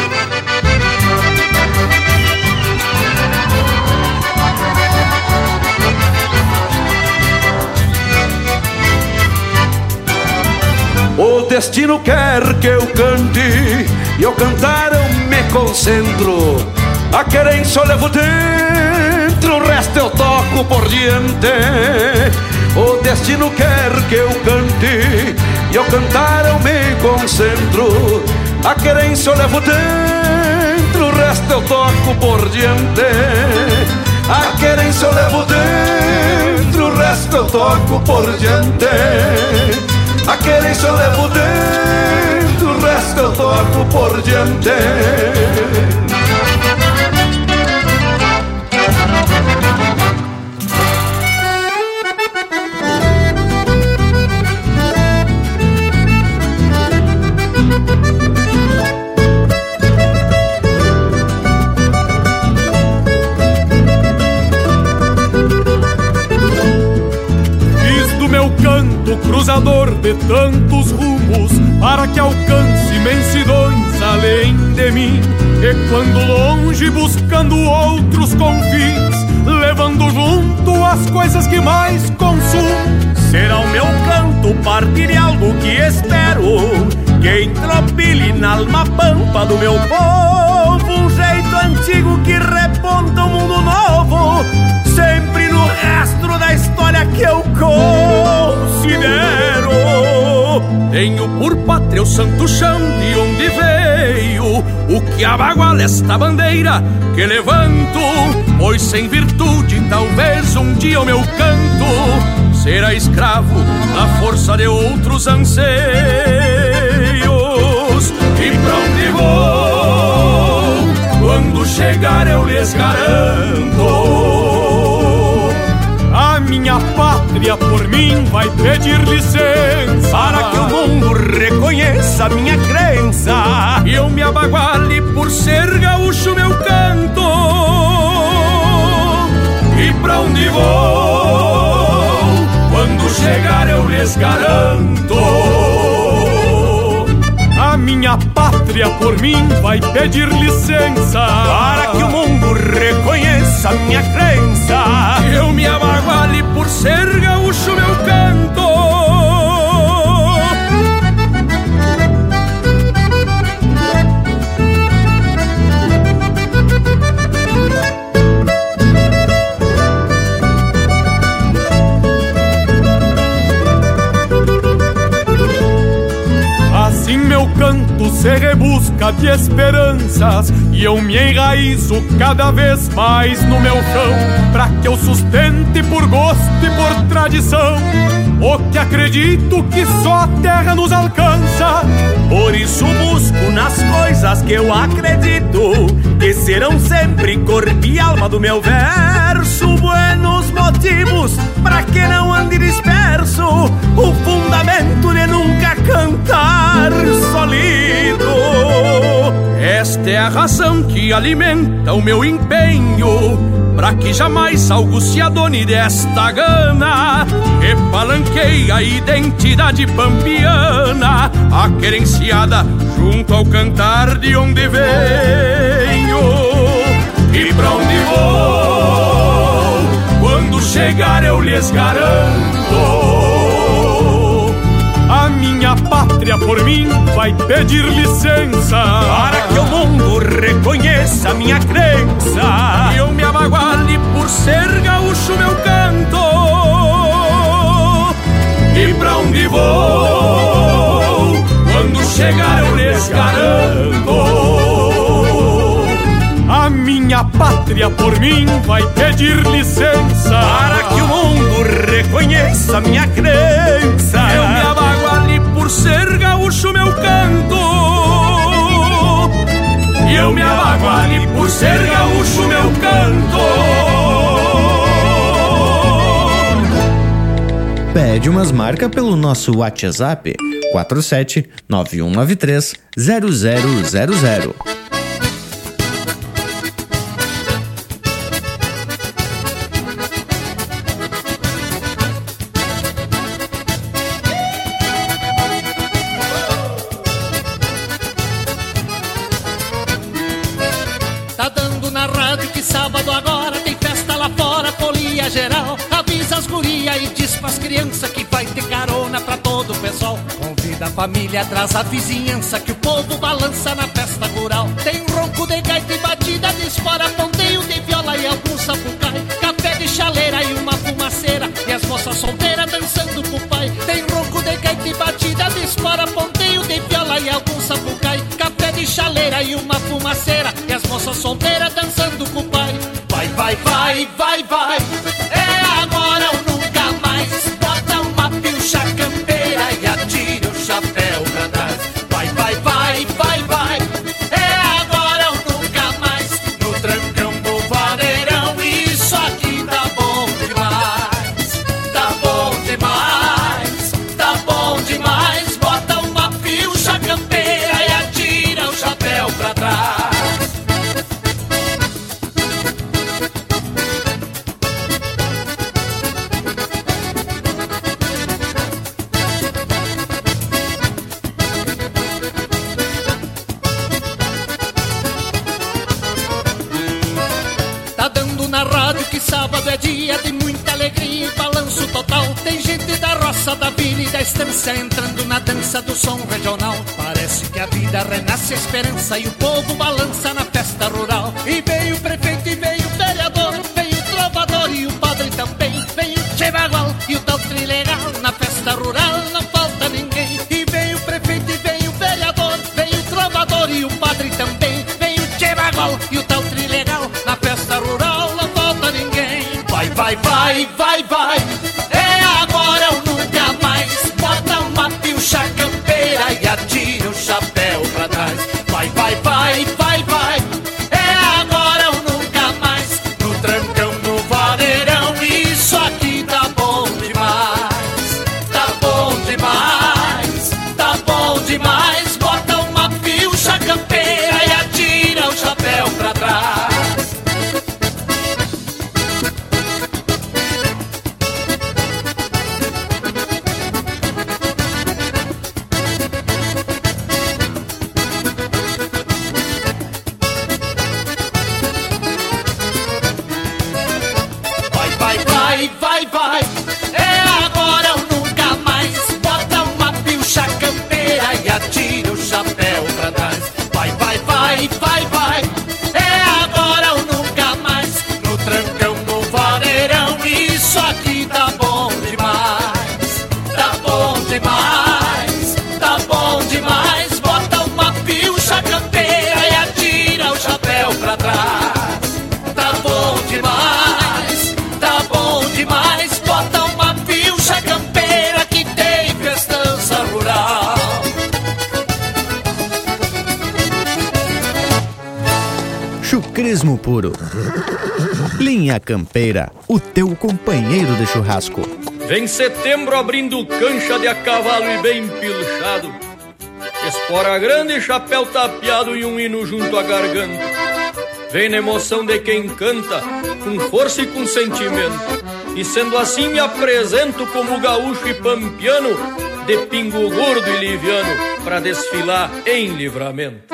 O destino quer que eu cante, e ao cantar eu me concentro. A querência eu levo dentro, o resto eu toco por diante. O destino quer que eu cante, e ao cantar eu me concentro. A querência eu levo dentro, o resto eu toco por diante. A querência eu levo dentro, o resto eu toco por diante. A querência eu levo dentro, o resto eu toco por diante. Cruzador de tantos rumos, para que alcance imensidões além de mim. E quando longe buscando outros confins, levando junto as coisas que mais consumo, será o meu canto partir de algo que espero, que entropile na alma pampa do meu povo, um jeito antigo que reponta um mundo novo, sempre no rastro da história que eu considero. Tenho por pátria o santo chão de onde veio, o que abaguala esta bandeira que levanto, pois sem virtude talvez um dia o meu canto será escravo da força de outros anseios. E pra onde vou, quando chegar eu lhes garanto, a minha pátria por mim vai pedir licença, para que o mundo reconheça a minha crença, e eu me abaguale por ser gaúcho meu canto. E pra onde vou, quando chegar eu lhes garanto, a minha pátria por mim vai pedir licença, para que o mundo reconheça a minha crença, e eu me abaguale por ser gaúcho meu canto. Assim meu canto se rebusca de esperanças, e eu me enraizo cada vez mais no meu chão, pra que eu sustente por gosto e por tradição o que acredito que só a terra nos alcança. Por isso busco nas coisas que eu acredito, que serão sempre corpo e alma do meu verso, buenos motivos pra que não ande disperso, o fundamento de nunca cantar solido. Esta é a razão que alimenta o meu empenho, pra que jamais algo se adone desta gana, que palanqueia a identidade pampiana, a querenciada junto ao cantar de onde venho. E pra onde vou, quando chegar eu lhes garanto, a minha pátria por mim vai pedir licença, para que o mundo reconheça a minha crença, e eu me abaguale por ser gaúcho meu canto. E pra onde vou, quando chegar eu lhes garanto, a minha pátria por mim vai pedir licença para que o mundo reconheça minha crença. Eu me abago ali por ser gaúcho, meu canto. E eu me abago ali por ser gaúcho, meu canto. Pede umas marcas pelo nosso WhatsApp 47 9193 0000. Tá dando na rádio que sábado agora tem festa lá fora, folia geral. Avisa as guria e diz pras crianças que vai ter carona pra todo o pessoal. Convida a família, traz a vizinhança que o povo balança na festa rural. Tem ronco de gaita e batida de espora, ponteio de viola e algum sapucai, café de chaleira e uma fumaceira, e as moças solteiras dançando pro pai. Tem ronco de gaita e batida de espora, ponteio de viola e algum sapucai, café de chaleira e uma fumaceira, e as moças solteiras dançando com o pai. Vai, vai, vai, vai, vai, é agora ou nunca mais. Bota uma pilcha campeira e atira o chapéu pra trás. Vai, vai, vai, vai, vai, é agora ou nunca mais. No trancão do vaneirão, isso aqui tá bom demais. Tá bom demais, tá bom demais. Bota uma pilcha campeira e atira o chapéu pra trás. Sábado é dia de muita alegria e balanço total. Tem gente da roça, da vila e da estância entrando na dança do som regional. Parece que a vida renasce a esperança e o povo balança na festa rural. E veio o prefeito e veio o vereador, veio o trovador e o padre também. Veio o Chevagual e o tal trilegal, na festa rural não falta ninguém. E veio o prefeito e veio o vereador, veio o trovador e o padre também. Veio o Chevagual e o tal trilegal, na festa rural não falta ninguém. Vai, vai, vai, vai, vai, é agora ou nunca mais. Bota uma pilcha campeira e atira o chapéu pra trás. Vai, vai, vai, vai, vai, é agora ou nunca mais. No trancão, no vaneirão, isso aqui tá bom demais. Tá bom demais, tá bom demais. Bota uma pilcha campeira e atira o chapéu pra trás. Vai, vai, é agora ou nunca mais. Bota uma pilcha campeira e atira o chapéu pra trás. Vai, vai, vai, vai, vai, é agora ou nunca mais. No trancão, no vaneirão, isso aqui tá bom demais. Tá bom demais, tá bom demais. Bota uma pilcha campeira e atira o chapéu pra trás. Tá bom demais, tá bom demais. Bota uma pilcha campeira que tem festança rural. Chucrismo puro. Linha Campeira, o teu companheiro de churrasco. Vem setembro abrindo cancha de a cavalo e bem pilchado, espora grande, chapéu tapeado e um hino junto à garganta. Vem na emoção de quem canta, com força e com sentimento. E sendo assim me apresento como gaúcho e pampiano, de pingo gordo e liviano, pra desfilar em Livramento.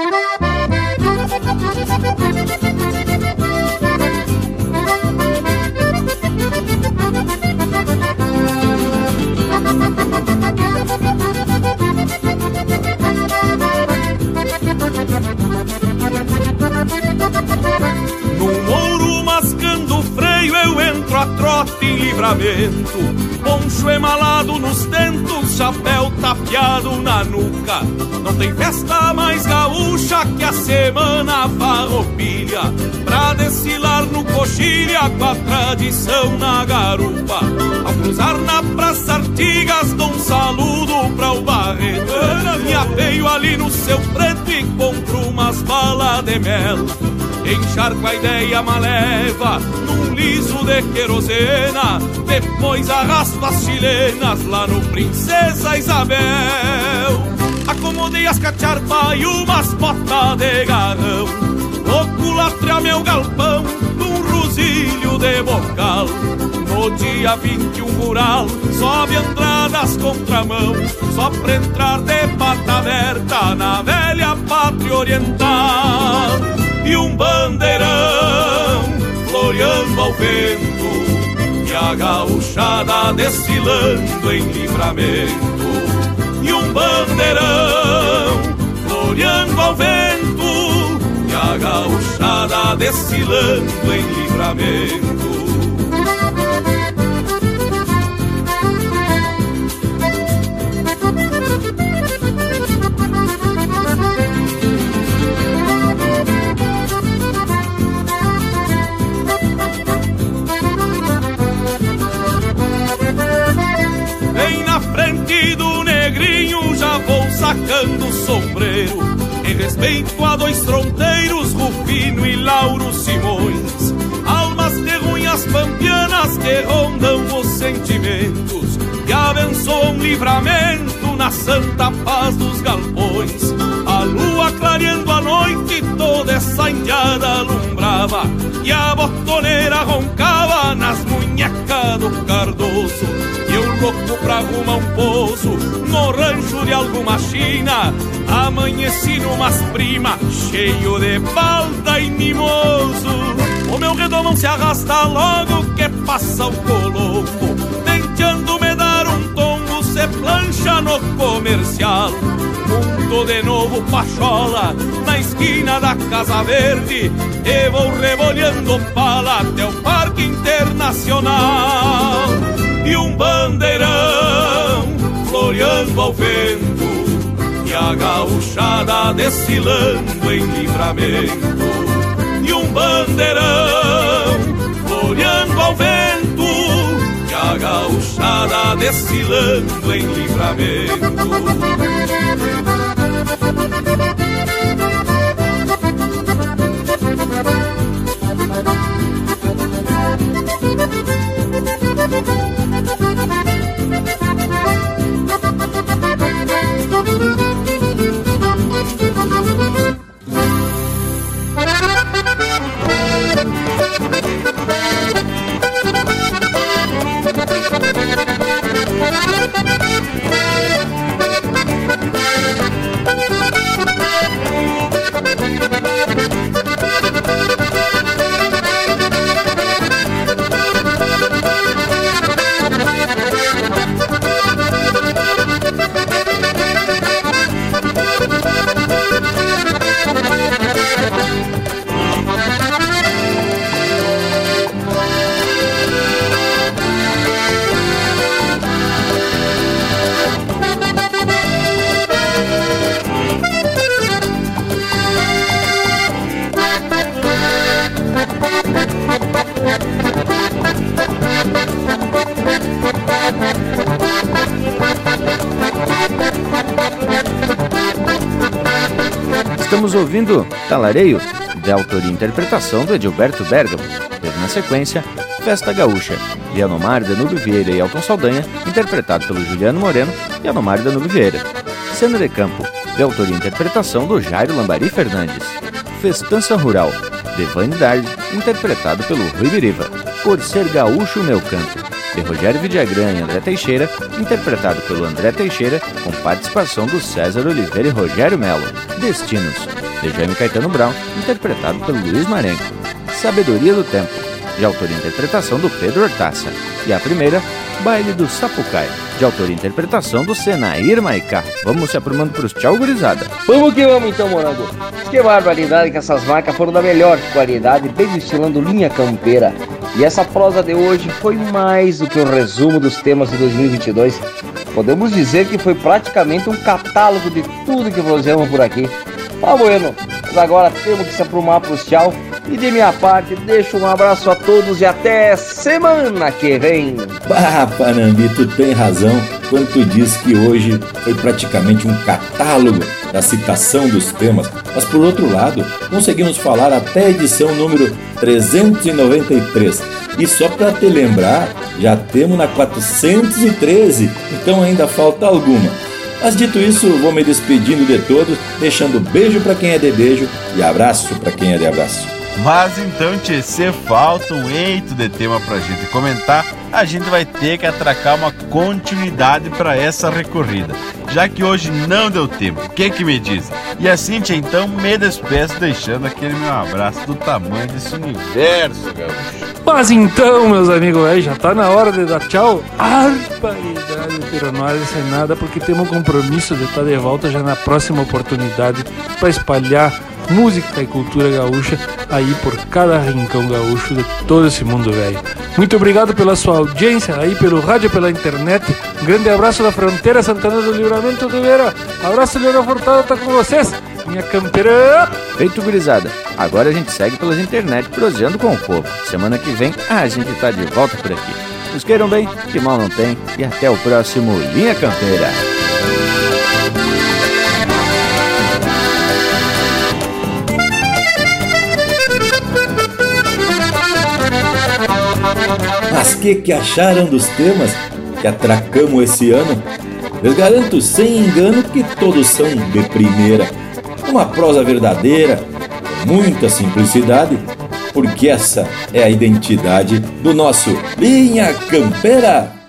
No mouro mascando freio eu entro a trote em Livramento. Poncho emalado nos dentos, chapéu tapeado na nuca. Não tem festa mais gaúcha que a semana farroupilha, pra desfilar no coxilha com a tradição na garupa. Ao cruzar na Praça Artigas dou um saludo pra o Barreto, me apeio ali no seu preto e compro umas balas de mel. Encharco a ideia maleva num liso de querosena, depois arrasto as chilenas lá no Princesa Isabel. Acomodei as cacharpas e umas botas de garrão, loculatre a meu galpão num rosilho de bocal. No dia 21 rural, sobe entradas contramão, só pra entrar de pata aberta na velha pátria oriental. E um bandeirão floreando ao vento, e a gauchada desfilando em Livramento. E um bandeirão floreando ao vento, e a gauchada desfilando em Livramento. Sacando o sombreiro, em respeito a dois fronteiros, Rufino e Lauro Simões, almas terruinhas pampianas que rondam os sentimentos e abençoam Livramento na santa paz dos galpões. A lua clareando a noite, toda essa indiada alumbrava, e a botoneira roncava nas munhecas do Cardoso. E eu louco pra arrumar um pouso no rancho de alguma china, amanheci numas prima, cheio de balda e mimoso. O meu redomão se arrasta logo que passa o colombo, tentando me dar um tombo, se plancha no comercial. Monto de novo pachola na esquina da Casa Verde e vou rebolhando pala até o Parque Internacional. E um bandeirão floreando ao vento, e a gauchada desfilando em Livramento. E um bandeirão floreando ao vento, e a gauchada desfilando em Livramento. Estamos ouvindo Talareio, de autoria e interpretação do Edilberto Bergamo. Teve na sequência Festa Gaúcha, de Anomar Danube Vieira e Elton Saldanha, interpretado pelo Juliano Moreno e Anomar Danube Vieira. Cena de Campo, de autoria e interpretação do Jairo Lambari Fernandes. Festança Rural, de Vanidade, interpretado pelo Rui Biriva. Por Ser Gaúcho Meu Canto, de Rogério Vidagrã e André Teixeira, interpretado pelo André Teixeira, com participação do César Oliveira e Rogério Melo. Destinos, de Jaime Caetano Brown, interpretado pelo Luiz Marenco. Sabedoria do Tempo, de autoria e interpretação do Pedro Hortaça. E a primeira, Baile do Sapucaia, de autoria e interpretação do Senair Maicá. Vamos se aprumando pros tchau, gurizada. Vamos que vamos então, Morango. Que barbaridade que essas marcas foram da melhor qualidade, bem destilando linha campeira. E essa prosa de hoje foi mais do que um resumo dos temas de 2022, Podemos dizer que foi praticamente um catálogo de tudo que fazemos por aqui. Tá bueno, mas agora temos que se aprumar pros tchau. E de minha parte, deixo um abraço a todos e até semana que vem. Bah, Panambi, tu tem razão quando tu diz que hoje foi praticamente um catálogo da citação dos temas. Mas por outro lado, conseguimos falar até a edição número 393. E só para te lembrar, já temos na 413, então ainda falta alguma. Mas dito isso, vou me despedindo de todos, deixando beijo para quem é de beijo e abraço para quem é de abraço. Mas então, tchê, se falta um eito de tema pra gente comentar, a gente vai ter que atracar uma continuidade para essa recorrida, já que hoje não deu tempo. O que me diz? E assim, tchê, então me despeço deixando aquele meu abraço do tamanho desse universo, gaúcho. Mas então, meus amigos, já tá na hora de dar tchau. Barbaridade, pero não há de ser nada, porque temos um compromisso de estar de volta já na próxima oportunidade para espalhar música e cultura gaúcha aí por cada rincão gaúcho de todo esse mundo velho. Muito obrigado pela sua audiência aí pelo rádio, pela internet. Um grande abraço da fronteira Santana do Livramento do Vera. Abraço, Leandro Furtado, tá com vocês. Minha campeira. Feito, gurizada. Agora a gente segue pelas internet proseando com o povo. Semana que vem a gente tá de volta por aqui. Nos queiram bem, que mal não tem. E até o próximo Linha Campeira. Mas que acharam dos temas que atracamos esse ano? Eu garanto sem engano que todos são de primeira. Uma prosa verdadeira, muita simplicidade, porque essa é a identidade do nosso Linha Campeira.